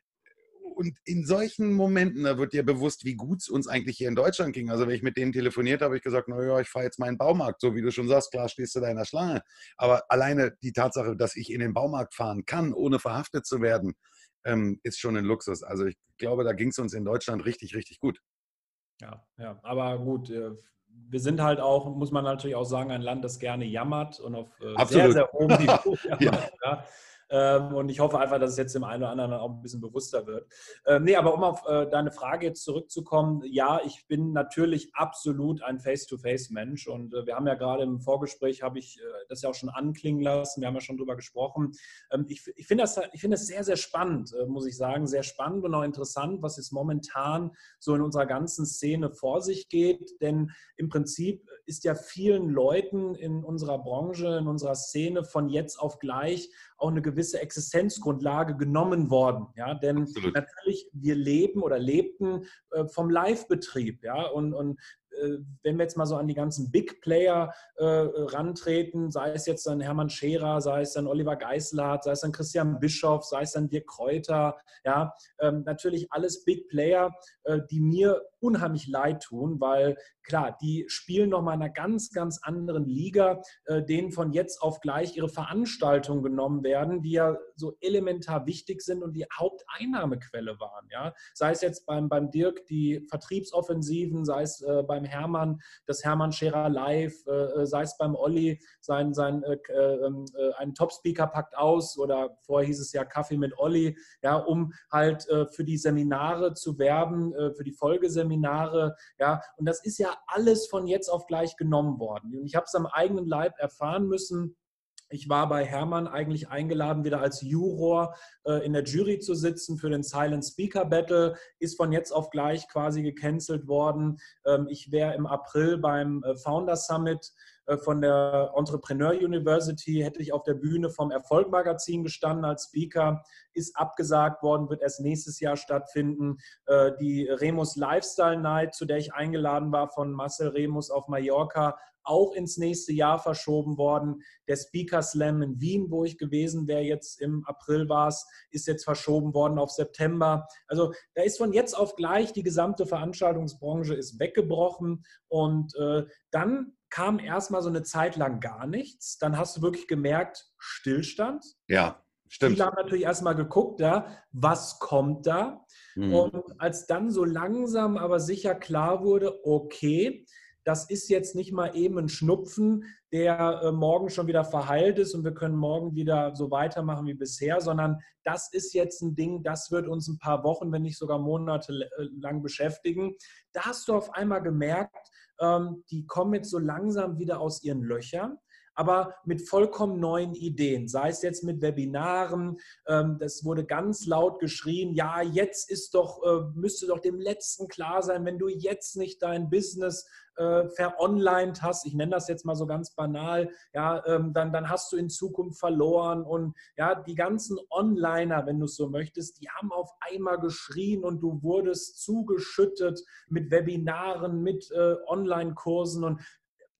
Und in solchen Momenten, da wird dir bewusst, wie gut es uns eigentlich hier in Deutschland ging. Also wenn ich mit denen telefoniert habe, habe ich gesagt, naja, ich fahre jetzt mal in den Baumarkt. So wie du schon sagst, klar stehst du da in der Schlange. Aber alleine die Tatsache, dass ich in den Baumarkt fahren kann, ohne verhaftet zu werden, ähm, ist schon ein Luxus. Also ich glaube, da ging es uns in Deutschland richtig, richtig gut. ja, ja. Aber gut, äh, wir sind halt auch, muss man natürlich auch sagen, ein Land, das gerne jammert und auf äh, sehr, Absolut. sehr hohem Niveau Ja. jammert. Ja. Ähm, und ich hoffe einfach, dass es jetzt dem einen oder anderen auch ein bisschen bewusster wird. Ähm, nee, aber um auf äh, deine Frage jetzt zurückzukommen, ja, ich bin natürlich absolut ein Face-to-Face-Mensch und äh, wir haben ja gerade im Vorgespräch, habe ich äh, das ja auch schon anklingen lassen, wir haben ja schon drüber gesprochen. Ähm, ich ich finde das, ich find das sehr, sehr spannend, äh, muss ich sagen, sehr spannend und auch interessant, was jetzt momentan so in unserer ganzen Szene vor sich geht, denn im Prinzip ist ja vielen Leuten in unserer Branche, in unserer Szene von jetzt auf gleich auch eine gewisse Existenzgrundlage genommen worden. Ja? Denn Absolut. natürlich, wir leben oder lebten äh, vom Live-Betrieb. Ja? Und, und äh, wenn wir jetzt mal so an die ganzen Big Player äh, rantreten, sei es jetzt dann Hermann Scherer, sei es dann Oliver Geißlert, sei es dann Christian Bischoff, sei es dann Dirk Kräuter, ja, ähm, natürlich alles Big Player, äh, die mir unheimlich leid tun, weil klar, die spielen nochmal in einer ganz, ganz anderen Liga, äh, denen von jetzt auf gleich ihre Veranstaltungen genommen werden, die ja so elementar wichtig sind und die Haupteinnahmequelle waren. Ja? Sei es jetzt beim, beim Dirk die Vertriebsoffensiven, sei es äh, beim Hermann das Hermann Scherer Live, äh, sei es beim Olli sein, sein äh, äh, ein Top-Speaker packt aus oder vorher hieß es ja Kaffee mit Olli, ja, um halt äh, für die Seminare zu werben, äh, für die Folgeseminare, ja, und das ist ja alles von jetzt auf gleich genommen worden. Und ich habe es am eigenen Leib erfahren müssen. Ich war bei Hermann eigentlich eingeladen, wieder als Juror äh, in der Jury zu sitzen für den Silent Speaker Battle, ist von jetzt auf gleich quasi gecancelt worden. Ähm, ich wäre im April beim äh, Founder Summit äh, von der Entrepreneur University, hätte ich auf der Bühne vom Erfolg Magazin gestanden als Speaker, ist abgesagt worden, wird erst nächstes Jahr stattfinden. Äh, die Remus Lifestyle Night, zu der ich eingeladen war von Marcel Remus auf Mallorca, auch ins nächste Jahr verschoben worden. Der Speaker Slam in Wien, wo ich gewesen wäre, jetzt im April war es, ist jetzt verschoben worden auf September. Also da ist von jetzt auf gleich die gesamte Veranstaltungsbranche ist weggebrochen und äh, dann kam erstmal so eine Zeit lang gar nichts. Dann hast du wirklich gemerkt, Stillstand. Ja, stimmt. Viele haben natürlich erstmal geguckt, ja, was kommt da? Mhm. Und als dann so langsam aber sicher klar wurde, okay, das ist jetzt nicht mal eben ein Schnupfen, der äh, morgen schon wieder verheilt ist und wir können morgen wieder so weitermachen wie bisher, sondern das ist jetzt ein Ding, das wird uns ein paar Wochen, wenn nicht sogar Monate lang beschäftigen. Da hast du auf einmal gemerkt, ähm, die kommen jetzt so langsam wieder aus ihren Löchern, aber mit vollkommen neuen Ideen, sei es jetzt mit Webinaren, ähm, das wurde ganz laut geschrien, ja, jetzt ist doch, äh, müsste doch dem Letzten klar sein, wenn du jetzt nicht dein Business äh, veronlined hast, ich nenne das jetzt mal so ganz banal, ja, ähm, dann, dann hast du in Zukunft verloren und ja, die ganzen Onliner, wenn du es so möchtest, die haben auf einmal geschrien und du wurdest zugeschüttet mit Webinaren, mit äh, Online-Kursen und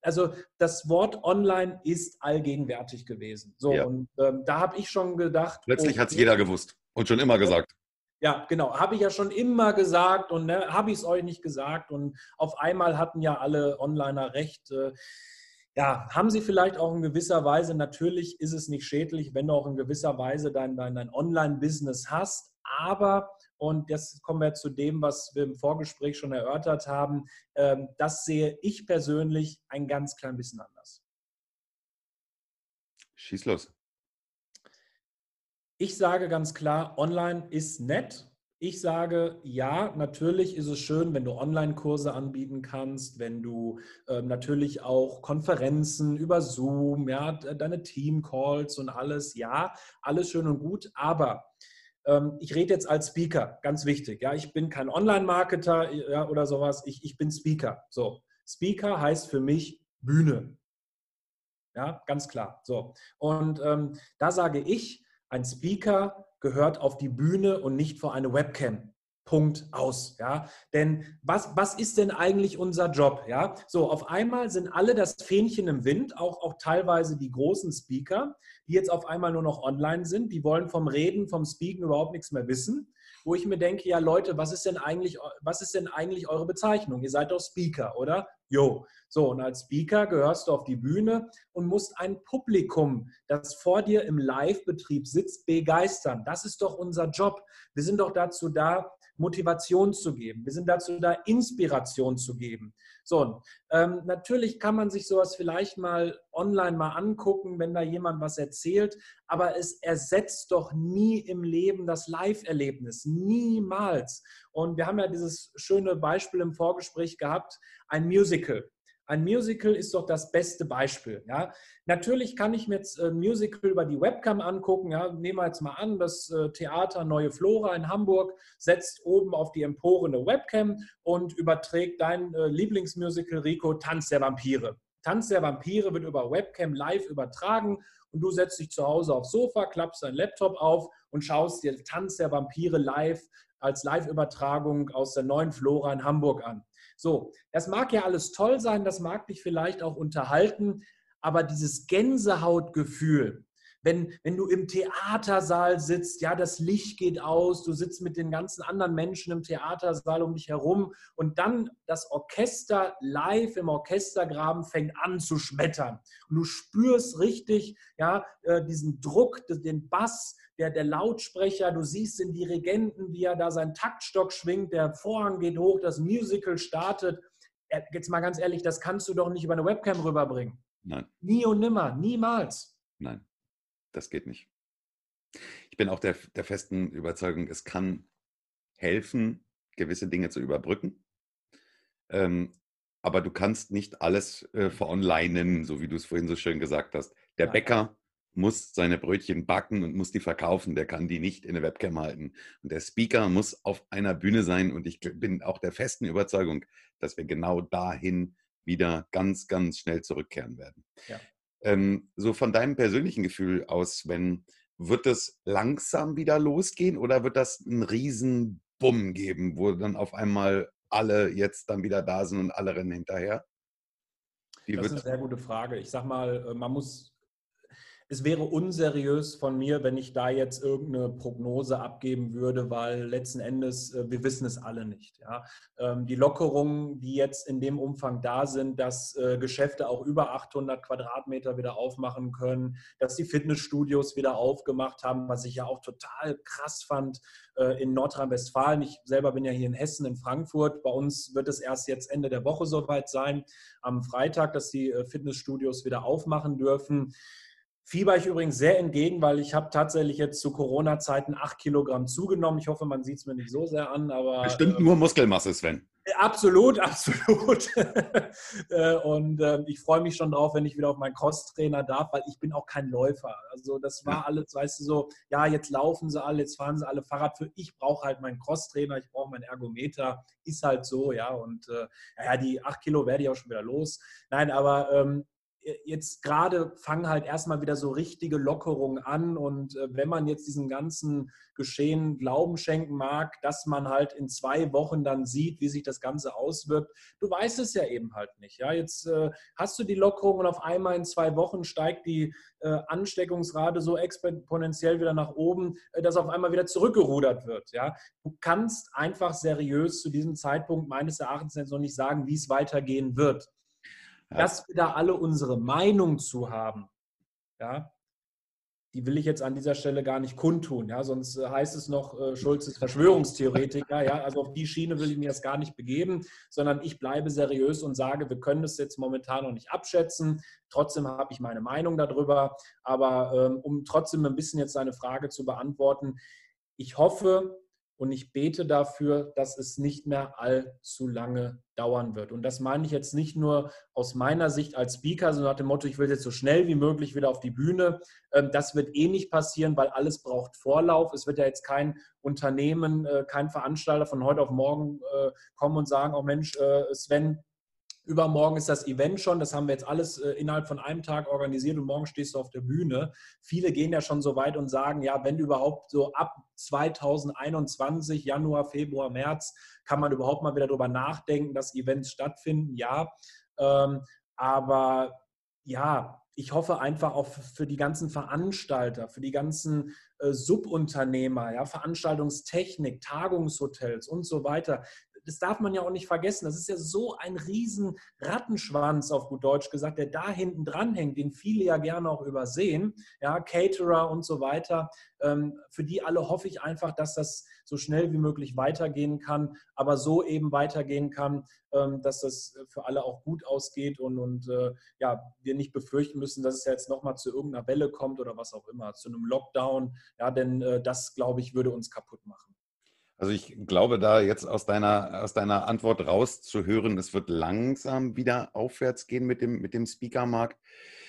also das Wort online ist allgegenwärtig gewesen. So, Ja. und ähm, da habe ich schon gedacht, Plötzlich okay, hat es jeder gewusst und schon immer gesagt. ja, genau, habe ich ja schon immer gesagt und ne, habe ich es euch nicht gesagt und auf einmal hatten ja alle Onliner recht. Äh, ja, haben sie vielleicht auch in gewisser Weise, natürlich ist es nicht schädlich, wenn du auch in gewisser Weise dein, dein, dein Online-Business hast, aber, und jetzt kommen wir zu dem, was wir im Vorgespräch schon erörtert haben, ähm, das sehe ich persönlich ein ganz klein bisschen anders. Schieß los. Ich sage ganz klar, online ist nett. Ich sage, ja, natürlich ist es schön, wenn du Online-Kurse anbieten kannst, wenn du äh, natürlich auch Konferenzen über Zoom, ja, deine Team-Calls und alles, ja, alles schön und gut, aber ähm, ich rede jetzt als Speaker, ganz wichtig, ja, ich bin kein Online-Marketer ja, oder sowas, ich, ich bin Speaker. So, Speaker heißt für mich Bühne, ja, ganz klar. So, und ähm, da sage ich, ein Speaker gehört auf die Bühne und nicht vor eine Webcam. Punkt aus. Ja? Denn was, was ist denn eigentlich unser Job? Ja? So, auf einmal sind alle das Fähnchen im Wind, auch, auch teilweise die großen Speaker, die jetzt auf einmal nur noch online sind. Die wollen vom Reden, vom Speaken überhaupt nichts mehr wissen. Wo ich mir denke, ja Leute, was ist denn eigentlich, was ist denn eigentlich eure Bezeichnung? Ihr seid doch Speaker, oder? Jo. So, und als Speaker gehörst du auf die Bühne und musst ein Publikum, das vor dir im Live-Betrieb sitzt, begeistern. Das ist doch unser Job. Wir sind doch dazu da, Motivation zu geben. Wir sind dazu da, Inspiration zu geben. So, ähm, natürlich kann man sich sowas vielleicht mal online mal angucken, wenn da jemand was erzählt, aber es ersetzt doch nie im Leben das Live-Erlebnis. Niemals. Und wir haben ja dieses schöne Beispiel im Vorgespräch gehabt, ein Musical. Ein Musical ist doch das beste Beispiel. Ja? Natürlich kann ich mir jetzt ein Musical über die Webcam angucken. Ja? Nehmen wir jetzt mal an, das Theater Neue Flora in Hamburg setzt oben auf die Empore eine Webcam und überträgt dein Lieblingsmusical, Rico, Tanz der Vampire. Tanz der Vampire wird über Webcam live übertragen und du setzt dich zu Hause aufs Sofa, klappst deinen Laptop auf und schaust dir Tanz der Vampire live als Live-Übertragung aus der Neuen Flora in Hamburg an. So, das mag ja alles toll sein, das mag dich vielleicht auch unterhalten, aber dieses Gänsehautgefühl, wenn, wenn du im Theatersaal sitzt, ja, das Licht geht aus, du sitzt mit den ganzen anderen Menschen im Theatersaal um dich herum und dann das Orchester live im Orchestergraben fängt an zu schmettern. Und du spürst richtig, ja, diesen Druck, den Bass, der, der Lautsprecher, du siehst den Dirigenten, wie er da seinen Taktstock schwingt, der Vorhang geht hoch, das Musical startet. Jetzt mal ganz ehrlich, das kannst du doch nicht über eine Webcam rüberbringen. Nein. Nie und nimmer, niemals. Nein, das geht nicht. Ich bin auch der, der festen Überzeugung, es kann helfen, gewisse Dinge zu überbrücken. Ähm, aber du kannst nicht alles äh, veronlinen, so wie du es vorhin so schön gesagt hast. Der Nein. Bäcker muss seine Brötchen backen und muss die verkaufen. Der kann die nicht in eine Webcam halten. Und der Speaker muss auf einer Bühne sein. Und ich bin auch der festen Überzeugung, dass wir genau dahin wieder ganz, ganz schnell zurückkehren werden. Ja. Ähm, so von deinem persönlichen Gefühl aus, wenn, wird es langsam wieder losgehen oder wird das einen riesen Bumm geben, wo dann auf einmal alle jetzt dann wieder da sind und alle rennen hinterher? Wie das ist eine sehr gute Frage. Ich sag mal, man muss, es wäre unseriös von mir, wenn ich da jetzt irgendeine Prognose abgeben würde, weil letzten Endes, wir wissen es alle nicht. Ja? Die Lockerungen, die jetzt in dem Umfang da sind, dass Geschäfte auch über achthundert Quadratmeter wieder aufmachen können, dass die Fitnessstudios wieder aufgemacht haben, was ich ja auch total krass fand in Nordrhein-Westfalen. Ich selber bin ja hier in Hessen, in Frankfurt. Bei uns wird es erst jetzt Ende der Woche soweit sein, am Freitag, dass die Fitnessstudios wieder aufmachen dürfen. Fieber ich übrigens sehr entgegen, weil ich habe tatsächlich jetzt zu Corona-Zeiten acht Kilogramm zugenommen. Ich hoffe, man sieht es mir nicht so sehr an, aber... Bestimmt ähm, nur Muskelmasse, Sven. Absolut, absolut. Und äh, ich freue mich schon drauf, wenn ich wieder auf meinen Crosstrainer darf, weil ich bin auch kein Läufer. Also das war alles, weißt du, so, ja, jetzt laufen sie alle, jetzt fahren sie alle Fahrrad. Für ich brauche halt meinen Crosstrainer, ich brauche meinen Ergometer, ist halt so, ja. Und äh, ja, die acht Kilo werde ich auch schon wieder los. Nein, aber... Ähm, jetzt gerade fangen halt erstmal wieder so richtige Lockerungen an und äh, wenn man jetzt diesem ganzen Geschehen Glauben schenken mag, dass man halt in zwei Wochen dann sieht, wie sich das Ganze auswirkt, du weißt es ja eben halt nicht. Ja? Jetzt äh, hast du die Lockerung und auf einmal in zwei Wochen steigt die äh, Ansteckungsrate so exponentiell wieder nach oben, äh, dass auf einmal wieder zurückgerudert wird. Ja? Du kannst einfach seriös zu diesem Zeitpunkt meines Erachtens jetzt noch nicht sagen, wie es weitergehen wird. Ja. Dass wir da alle unsere Meinung zu haben, ja, die will ich jetzt an dieser Stelle gar nicht kundtun, ja, sonst heißt es noch, äh, Schulz ist Verschwörungstheoretiker, ja, also auf die Schiene will ich mir das gar nicht begeben, sondern ich bleibe seriös und sage, wir können es jetzt momentan noch nicht abschätzen, trotzdem habe ich meine Meinung darüber, aber ähm, um trotzdem ein bisschen jetzt deine Frage zu beantworten, ich hoffe, und ich bete dafür, dass es nicht mehr allzu lange dauern wird. Und das meine ich jetzt nicht nur aus meiner Sicht als Speaker, sondern nach dem Motto, ich will jetzt so schnell wie möglich wieder auf die Bühne. Das wird eh nicht passieren, weil alles braucht Vorlauf. Es wird ja jetzt kein Unternehmen, kein Veranstalter von heute auf morgen kommen und sagen, oh Mensch, Sven, übermorgen ist das Event schon, das haben wir jetzt alles äh, innerhalb von einem Tag organisiert und morgen stehst du auf der Bühne. Viele gehen ja schon so weit und sagen, ja, wenn überhaupt so ab zweitausendeinundzwanzig, Januar, Februar, März, kann man überhaupt mal wieder darüber nachdenken, dass Events stattfinden, ja. Ähm, aber ja, ich hoffe einfach auch für die ganzen Veranstalter, für die ganzen äh, Subunternehmer, ja, Veranstaltungstechnik, Tagungshotels und so weiter. Das darf man ja auch nicht vergessen. Das ist ja so ein riesen Rattenschwanz, auf gut Deutsch gesagt, der da hinten dran hängt, den viele ja gerne auch übersehen. Ja, Caterer und so weiter. Ähm, für die alle hoffe ich einfach, dass das so schnell wie möglich weitergehen kann, aber so eben weitergehen kann, ähm, dass das für alle auch gut ausgeht und, und äh, ja, wir nicht befürchten müssen, dass es ja jetzt nochmal zu irgendeiner Welle kommt oder was auch immer, zu einem Lockdown. Ja, denn äh, das, glaube ich, würde uns kaputt machen. Also ich glaube, da jetzt aus deiner, aus deiner Antwort rauszuhören, es wird langsam wieder aufwärts gehen mit dem, mit dem Speaker-Markt.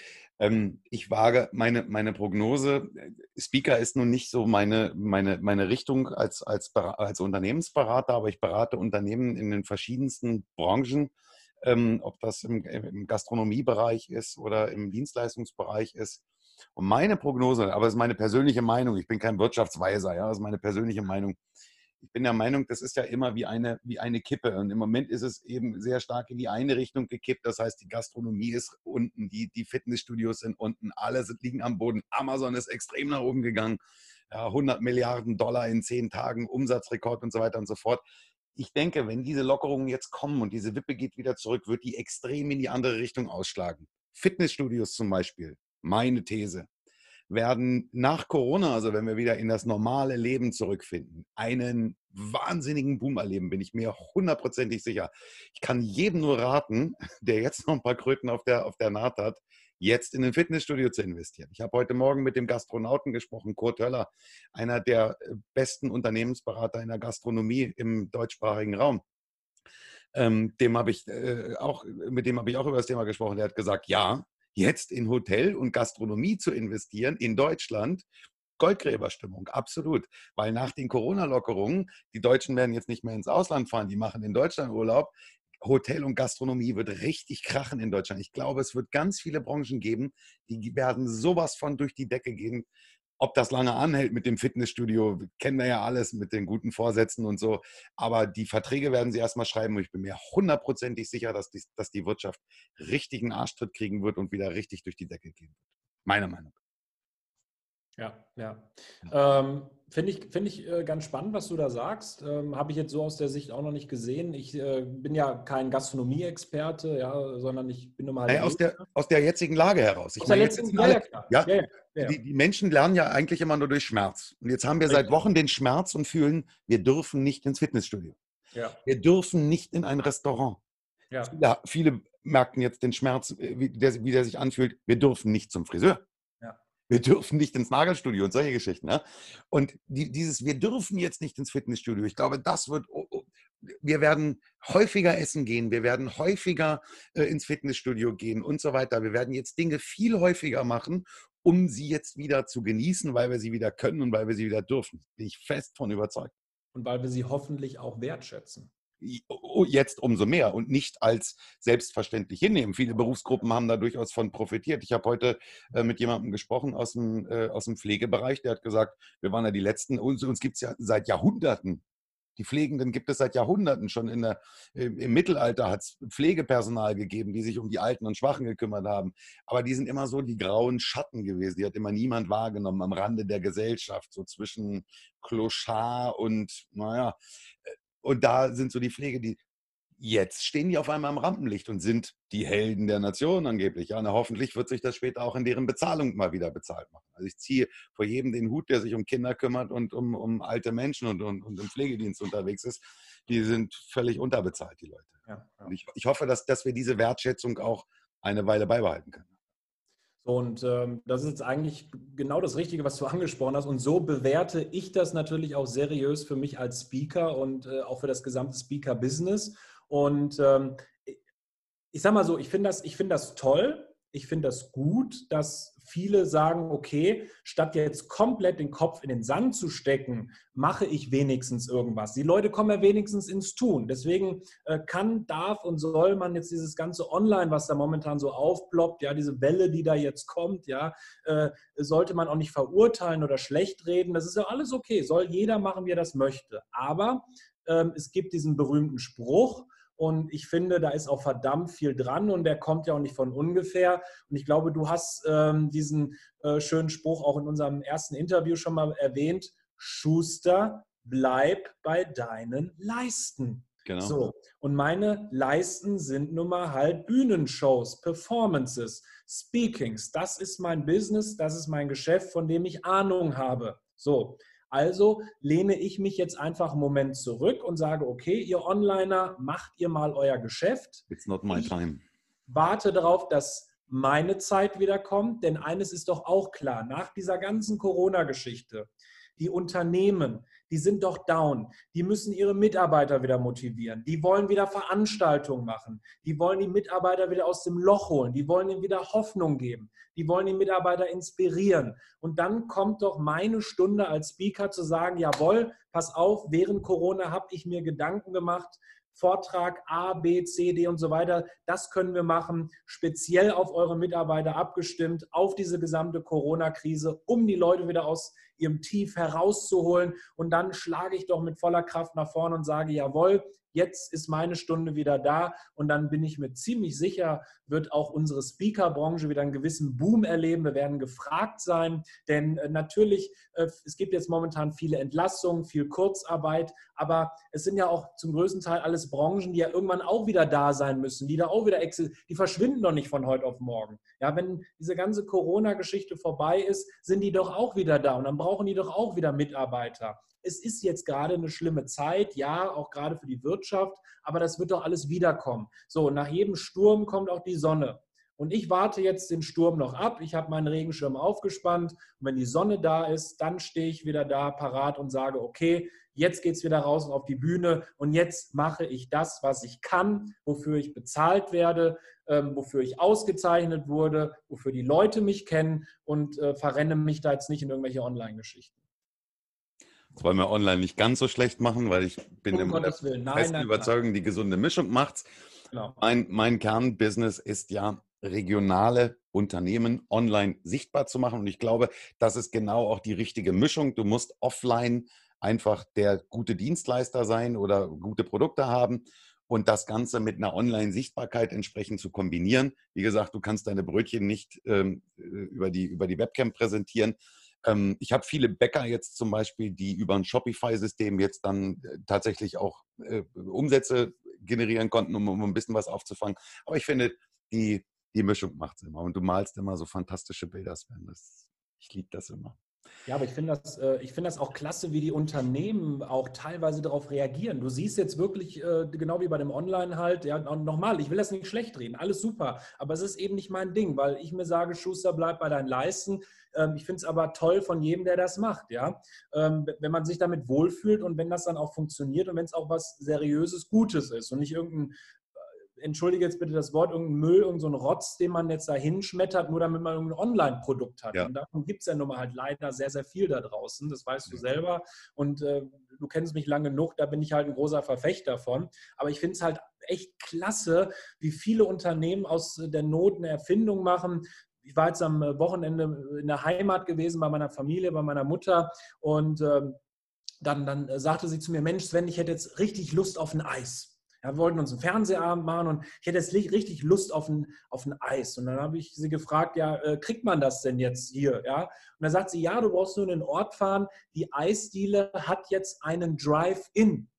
Ähm, ich wage meine, meine Prognose, Speaker ist nun nicht so meine, meine, meine Richtung als, als, als Unternehmensberater, aber ich berate Unternehmen in den verschiedensten Branchen, ähm, ob das im, im Gastronomiebereich ist oder im Dienstleistungsbereich ist. Und meine Prognose, aber es ist meine persönliche Meinung, ich bin kein Wirtschaftsweiser, ja, das ist meine persönliche Meinung. Ich bin der Meinung, das ist ja immer wie eine, wie eine Kippe. Und im Moment ist es eben sehr stark in die eine Richtung gekippt. Das heißt, die Gastronomie ist unten, die, die Fitnessstudios sind unten, alle sind, liegen am Boden. Amazon ist extrem nach oben gegangen. Ja, hundert Milliarden Dollar in zehn Tagen, Umsatzrekord und so weiter und so fort. Ich denke, wenn diese Lockerungen jetzt kommen und diese Wippe geht wieder zurück, wird die extrem in die andere Richtung ausschlagen. Fitnessstudios zum Beispiel, meine These, werden nach Corona, also wenn wir wieder in das normale Leben zurückfinden, einen wahnsinnigen Boom erleben, bin ich mir hundertprozentig sicher. Ich kann jedem nur raten, der jetzt noch ein paar Kröten auf der, auf der Naht hat, jetzt in ein Fitnessstudio zu investieren. Ich habe heute Morgen mit dem Gastronauten gesprochen, Kurt Höller, einer der besten Unternehmensberater in der Gastronomie im deutschsprachigen Raum. Ähm, dem habe ich äh, auch, mit dem habe ich auch über das Thema gesprochen. Der hat gesagt, ja, jetzt in Hotel und Gastronomie zu investieren in Deutschland, Goldgräberstimmung, absolut. Weil nach den Corona-Lockerungen, die Deutschen werden jetzt nicht mehr ins Ausland fahren, die machen in Deutschland Urlaub. Hotel und Gastronomie wird richtig krachen in Deutschland. Ich glaube, es wird ganz viele Branchen geben, die werden sowas von durch die Decke gehen. Ob das lange anhält mit dem Fitnessstudio, kennen wir ja alles mit den guten Vorsätzen und so. Aber die Verträge werden sie erstmal schreiben und ich bin mir hundertprozentig sicher, dass die, dass die Wirtschaft richtigen Arschtritt kriegen wird und wieder richtig durch die Decke gehen wird. Meiner Meinung nach. Ja, ja. Ähm, Finde ich, find ich äh, ganz spannend, was du da sagst. Ähm, Habe ich jetzt so aus der Sicht auch noch nicht gesehen. Ich äh, bin ja kein Gastronomie-Experte, ja, sondern ich bin nur mal Naja, aus, der, aus der jetzigen Lage heraus. Ich aus der meine, jetzt letzten, sind ja, alle, ja, klar. ja, Ja, ja, ja. die, die Menschen lernen ja eigentlich immer nur durch Schmerz. Und jetzt haben wir seit Richtig. Wochen den Schmerz und fühlen, wir dürfen nicht ins Fitnessstudio. Ja, Wir dürfen nicht in ein Restaurant. ja, Viele, viele merken jetzt den Schmerz, wie der, wie der sich anfühlt. Wir dürfen nicht zum Friseur. ja. Wir dürfen nicht ins Nagelstudio und solche Geschichten. Ne? Und die, dieses, wir dürfen jetzt nicht ins Fitnessstudio. Ich glaube, das wird, oh, oh, wir werden häufiger essen gehen, wir werden häufiger äh, ins Fitnessstudio gehen und so weiter. Wir werden jetzt Dinge viel häufiger machen, um sie jetzt wieder zu genießen, weil wir sie wieder können und weil wir sie wieder dürfen. Bin ich fest von überzeugt. Und weil wir sie hoffentlich auch wertschätzen. jetzt umso mehr und nicht als selbstverständlich hinnehmen. Viele Berufsgruppen haben da durchaus von profitiert. Ich habe heute äh, mit jemandem gesprochen aus dem, äh, aus dem Pflegebereich, der hat gesagt, wir waren ja die Letzten, uns, uns gibt es ja seit Jahrhunderten. Die Pflegenden gibt es seit Jahrhunderten. Schon in der, im Mittelalter hat es Pflegepersonal gegeben, die sich um die Alten und Schwachen gekümmert haben. Aber die sind immer so die grauen Schatten gewesen. Die hat immer niemand wahrgenommen am Rande der Gesellschaft, so zwischen Clochard und, naja, und da sind so die Pflege, die jetzt stehen die auf einmal im Rampenlicht und sind die Helden der Nation angeblich. Ja, na, hoffentlich wird sich das später auch in deren Bezahlung mal wieder bezahlt machen. Also ich ziehe vor jedem den Hut, der sich um Kinder kümmert und um, um alte Menschen und, und, und im Pflegedienst unterwegs ist. Die sind völlig unterbezahlt, die Leute. Ja, ja. Und ich, ich hoffe, dass, dass wir diese Wertschätzung auch eine Weile beibehalten können. Und ähm, das ist jetzt eigentlich genau das Richtige, was du angesprochen hast. Und so bewerte ich das natürlich auch seriös für mich als Speaker und äh, auch für das gesamte Speaker-Business. Und ähm, ich sage mal so, ich finde das, ich finde das toll. Ich finde das gut, dass viele sagen, okay, statt jetzt komplett den Kopf in den Sand zu stecken, mache ich wenigstens irgendwas. Die Leute kommen ja wenigstens ins Tun. Deswegen äh, kann, darf und soll man jetzt dieses ganze Online, was da momentan so aufploppt, ja, diese Welle, die da jetzt kommt, ja, äh, sollte man auch nicht verurteilen oder schlecht reden. Das ist ja alles okay. Soll jeder machen, wie er das möchte. Aber ähm, es gibt diesen berühmten Spruch, und ich finde, da ist auch verdammt viel dran und der kommt ja auch nicht von ungefähr. Und ich glaube, du hast ähm, diesen äh, schönen Spruch auch in unserem ersten Interview schon mal erwähnt. Schuster, bleib bei deinen Leisten. Genau. So, und meine Leisten sind nun mal halt Bühnenshows, Performances, Speakings. Das ist mein Business, das ist mein Geschäft, von dem ich Ahnung habe. So. Also lehne ich mich jetzt einfach einen Moment zurück und sage, okay, ihr Onliner, macht ihr mal euer Geschäft. It's not my time. Ich warte darauf, dass meine Zeit wieder kommt, denn eines ist doch auch klar, nach dieser ganzen Corona-Geschichte, die Unternehmen, die sind doch down. Die müssen ihre Mitarbeiter wieder motivieren. Die wollen wieder Veranstaltungen machen. Die wollen die Mitarbeiter wieder aus dem Loch holen. Die wollen ihnen wieder Hoffnung geben. Die wollen die Mitarbeiter inspirieren. Und dann kommt doch meine Stunde als Speaker zu sagen, jawohl, pass auf, während Corona habe ich mir Gedanken gemacht, Vortrag A, B, C, D und so weiter, das können wir machen, speziell auf eure Mitarbeiter abgestimmt, auf diese gesamte Corona-Krise, um die Leute wieder aus ihrem Tief herauszuholen. Und dann schlage ich doch mit voller Kraft nach vorne und sage, jawohl, jetzt ist meine Stunde wieder da. Und dann bin ich mir ziemlich sicher, wird auch unsere Speaker-Branche wieder einen gewissen Boom erleben. Wir werden gefragt sein, denn natürlich, es gibt jetzt momentan viele Entlassungen, viel Kurzarbeit, aber es sind ja auch zum größten Teil alles Branchen, die ja irgendwann auch wieder da sein müssen, die da auch wieder, die verschwinden doch nicht von heute auf morgen. Ja, wenn diese ganze Corona-Geschichte vorbei ist, sind die doch auch wieder da und dann brauchen die doch auch wieder Mitarbeiter. Es ist jetzt gerade eine schlimme Zeit, ja, auch gerade für die Wirtschaft, aber das wird doch alles wiederkommen. So, nach jedem Sturm kommt auch die Sonne. Und ich warte jetzt den Sturm noch ab. Ich habe meinen Regenschirm aufgespannt. Und wenn die Sonne da ist, dann stehe ich wieder da parat und sage, okay, jetzt geht es wieder raus auf die Bühne und jetzt mache ich das, was ich kann, wofür ich bezahlt werde, ähm, wofür ich ausgezeichnet wurde, wofür die Leute mich kennen und äh, verrenne mich da jetzt nicht in irgendwelche Online-Geschichten. Das wollen wir online nicht ganz so schlecht machen, weil ich bin Um immer der Gottes Willen. Nein, festen nein, Überzeugung, nein. die gesunde Mischung macht's. Genau. Mein, mein Kernbusiness ist ja, regionale Unternehmen online sichtbar zu machen. Und ich glaube, das ist genau auch die richtige Mischung. Du musst offline einfach der gute Dienstleister sein oder gute Produkte haben und das Ganze mit einer Online-Sichtbarkeit entsprechend zu kombinieren. Wie gesagt, du kannst deine Brötchen nicht ähm, über die, über die Webcam präsentieren. Ähm, ich habe viele Bäcker jetzt zum Beispiel, die über ein Shopify-System jetzt dann äh, tatsächlich auch äh, Umsätze generieren konnten, um, um ein bisschen was aufzufangen. Aber ich finde, die, die Mischung macht es immer. Und du malst immer so fantastische Bilder, Sven. Das, ich liebe das immer. Ja, aber ich finde das, äh, ich finde das auch klasse, wie die Unternehmen auch teilweise darauf reagieren. Du siehst jetzt wirklich, äh, genau wie bei dem Online halt, ja, nochmal, ich will das nicht schlecht reden, alles super, aber es ist eben nicht mein Ding, weil ich mir sage, Schuster, bleib bei deinen Leisten. Ähm, ich finde es aber toll von jedem, der das macht, ja. Ähm, wenn man sich damit wohlfühlt und wenn das dann auch funktioniert und wenn es auch was Seriöses, Gutes ist und nicht irgendein entschuldige jetzt bitte das Wort, irgendein Müll, irgendein so ein Rotz, den man jetzt da hinschmettert, nur damit man irgendein Online-Produkt hat. Ja. Und davon gibt es ja nun mal halt leider sehr, sehr viel da draußen. Das weißt du selber. Und äh, du kennst mich lange genug, da bin ich halt ein großer Verfechter von. Aber ich finde es halt echt klasse, wie viele Unternehmen aus der Not eine Erfindung machen. Ich war jetzt am Wochenende in der Heimat gewesen bei meiner Familie, bei meiner Mutter und ähm, dann, dann sagte sie zu mir, Mensch Sven, ich hätte jetzt richtig Lust auf ein Eis. Ja, wir wollten uns einen Fernsehabend machen und ich hätte jetzt richtig Lust auf ein, auf ein Eis. Und dann habe ich sie gefragt, ja, äh, kriegt man das denn jetzt hier? Ja? Und dann sagt sie, ja, du brauchst nur in den Ort fahren. Die Eisdiele hat jetzt einen Drive-In.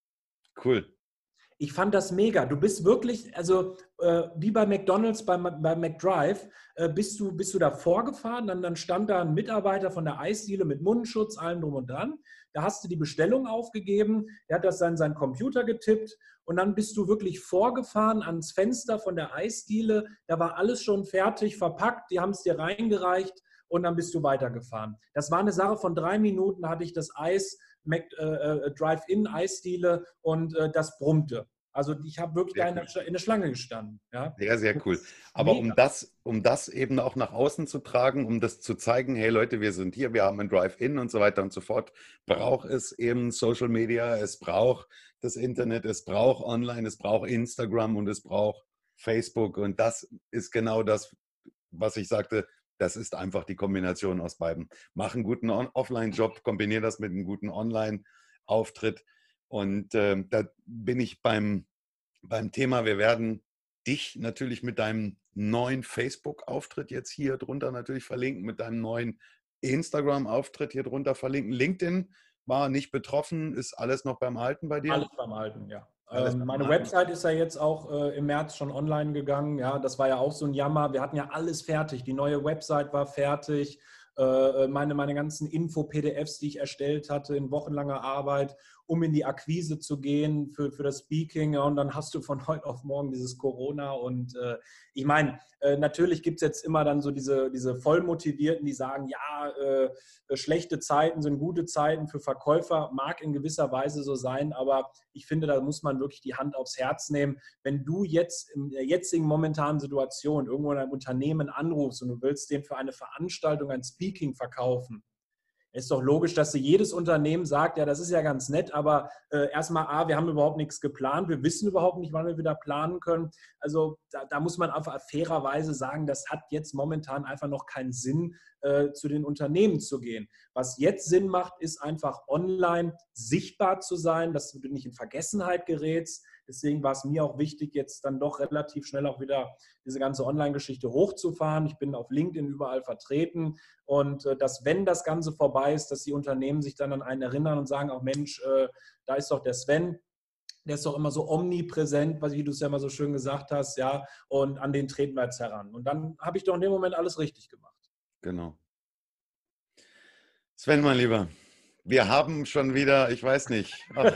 Cool. Ich fand das mega. Du bist wirklich, also äh, wie bei McDonald's, bei, bei McDrive, äh, bist, du, bist du da vorgefahren, dann, dann stand da ein Mitarbeiter von der Eisdiele mit Mundschutz, allem drum und dran. Da hast du die Bestellung aufgegeben, der hat das dann in seinen Computer getippt und dann bist du wirklich vorgefahren ans Fenster von der Eisdiele. Da war alles schon fertig, verpackt, die haben es dir reingereicht und dann bist du weitergefahren. Das war eine Sache von drei Minuten, da hatte ich das Eis, Mac, äh, äh, Drive-In-Eisdiele und äh, das brummte. Also ich habe wirklich da in der, in der Schlange gestanden. Ja? Sehr, sehr cool. Aber um das, um das eben auch nach außen zu tragen, um das zu zeigen, hey Leute, wir sind hier, wir haben ein Drive-In und so weiter und so fort, braucht es eben Social Media, es braucht das Internet, es braucht Online, es braucht Instagram und es braucht Facebook. Und das ist genau das, was ich sagte, das ist einfach die Kombination aus beiden. Mach einen guten Offline-Job, kombiniere das mit einem guten Online-Auftritt. Und äh, da bin ich beim, beim Thema, wir werden dich natürlich mit deinem neuen Facebook-Auftritt jetzt hier drunter natürlich verlinken, mit deinem neuen Instagram-Auftritt hier drunter verlinken. LinkedIn war nicht betroffen, ist alles noch beim Alten bei dir? Alles beim Alten, ja. Ähm, meine Website ist ja jetzt auch äh, im März schon online gegangen. Ja, das war ja auch so ein Jammer. Wir hatten ja alles fertig. Die neue Website war fertig. Äh, meine, meine ganzen Info-P D Fs, die ich erstellt hatte in wochenlanger Arbeit, um in die Akquise zu gehen für, für das Speaking. Ja, und dann hast du von heute auf morgen dieses Corona. Und äh, ich meine, äh, natürlich gibt es jetzt immer dann so diese, diese Vollmotivierten, die sagen, ja, äh, schlechte Zeiten sind gute Zeiten für Verkäufer. Mag in gewisser Weise so sein, aber ich finde, da muss man wirklich die Hand aufs Herz nehmen. Wenn du jetzt in der jetzigen momentanen Situation irgendwo in einem Unternehmen anrufst und du willst dem für eine Veranstaltung ein Speaking verkaufen, ist doch logisch, dass jedes Unternehmen sagt, ja, das ist ja ganz nett, aber äh, erstmal, A, wir haben überhaupt nichts geplant, wir wissen überhaupt nicht, wann wir wieder planen können. Also da, da muss man einfach fairerweise sagen, das hat jetzt momentan einfach noch keinen Sinn, äh, zu den Unternehmen zu gehen. Was jetzt Sinn macht, ist einfach online sichtbar zu sein, dass du nicht in Vergessenheit gerätst. Deswegen war es mir auch wichtig, jetzt dann doch relativ schnell auch wieder diese ganze Online-Geschichte hochzufahren. Ich bin auf LinkedIn überall vertreten und äh, dass, wenn das Ganze vorbei ist, dass die Unternehmen sich dann an einen erinnern und sagen, auch Mensch, äh, da ist doch der Sven, der ist doch immer so omnipräsent, wie du es ja immer so schön gesagt hast, ja, und an den treten wir jetzt heran. Und dann habe ich doch in dem Moment alles richtig gemacht. Genau. Sven, mein Lieber, wir haben schon wieder, ich weiß nicht. Ach,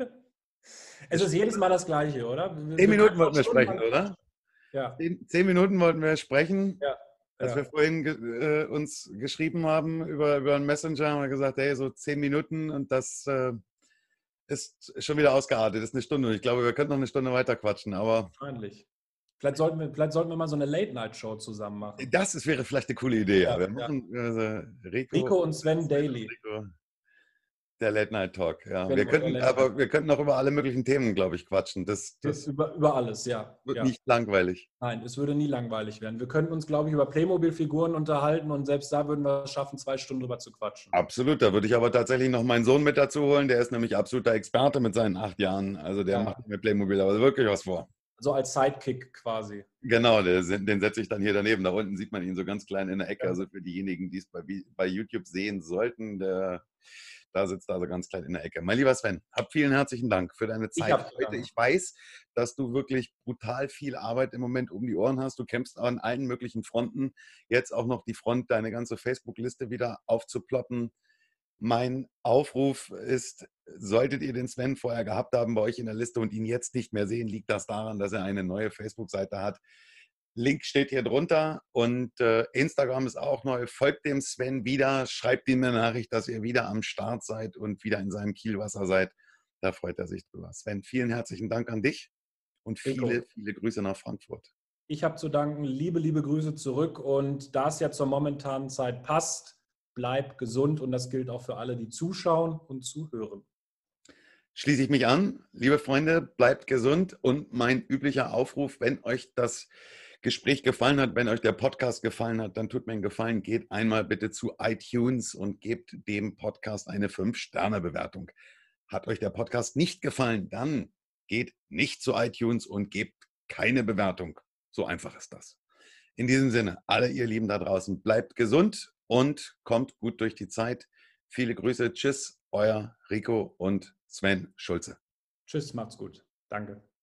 es ist jedes Mal das Gleiche, oder? Zehn Minuten wollten wir sprechen, oder? Ja. Zehn, zehn Minuten wollten wir sprechen. Ja. Als ja. wir vorhin ge äh, uns geschrieben haben über, über einen Messenger, haben wir gesagt, hey, so zehn Minuten und das äh, ist schon wieder ausgeartet. Das ist eine Stunde. Ich glaube, wir könnten noch eine Stunde weiter quatschen, aber... Wahrscheinlich. Vielleicht sollten wir, vielleicht sollten wir mal so eine Late-Night-Show zusammen machen. Das ist, wäre vielleicht eine coole Idee. Ja, ja wir machen ja. Also Rico, Rico und Sven Daily. Rico, der Late-Night-Talk. Ja. Genau, Wir könnten, aber wir könnten auch über alle möglichen Themen, glaube ich, quatschen. Das, das über, über alles, ja. wird ja. nicht langweilig. Nein, es würde nie langweilig werden. Wir könnten uns, glaube ich, über Playmobil-Figuren unterhalten und selbst da würden wir es schaffen, zwei Stunden drüber zu quatschen. Absolut, da würde ich aber tatsächlich noch meinen Sohn mit dazu holen. Der ist nämlich absoluter Experte mit seinen acht Jahren. Also der ja. macht mit Playmobil aber wirklich was vor. So als Sidekick quasi. Genau, den, den setze ich dann hier daneben. Da unten sieht man ihn so ganz klein in der Ecke. Ja. Also für diejenigen, die es bei, bei YouTube sehen sollten, der, da sitzt er also ganz klein in der Ecke. Mein lieber Sven, hab vielen herzlichen Dank für deine Zeit ich heute. Ich weiß, dass du wirklich brutal viel Arbeit im Moment um die Ohren hast. Du kämpfst an allen möglichen Fronten. Jetzt auch noch die Front, deine ganze Facebook-Liste wieder aufzuploppen. Mein Aufruf ist, solltet ihr den Sven vorher gehabt haben bei euch in der Liste und ihn jetzt nicht mehr sehen, liegt das daran, dass er eine neue Facebook-Seite hat. Link steht hier drunter und äh, Instagram ist auch neu. Folgt dem Sven wieder, schreibt ihm eine Nachricht, dass ihr wieder am Start seid und wieder in seinem Kielwasser seid. Da freut er sich drüber. Sven, vielen herzlichen Dank an dich und Rico, viele, viele Grüße nach Frankfurt. ich habe zu danken. Liebe, liebe Grüße zurück. Und da es ja zur momentanen Zeit passt, bleib gesund. Und das gilt auch für alle, die zuschauen und zuhören. Schließe ich mich an. Liebe Freunde, bleibt gesund. Und mein üblicher Aufruf, wenn euch das Gespräch gefallen hat, wenn euch der Podcast gefallen hat, dann tut mir einen Gefallen, geht einmal bitte zu iTunes und gebt dem Podcast eine fünf Sterne Bewertung. Hat euch der Podcast nicht gefallen, dann geht nicht zu iTunes und gebt keine Bewertung. So einfach ist das. In diesem Sinne, alle ihr Lieben da draußen, bleibt gesund und kommt gut durch die Zeit. Viele Grüße, tschüss, euer Rico und Sven Schulze. Tschüss, macht's gut. Danke.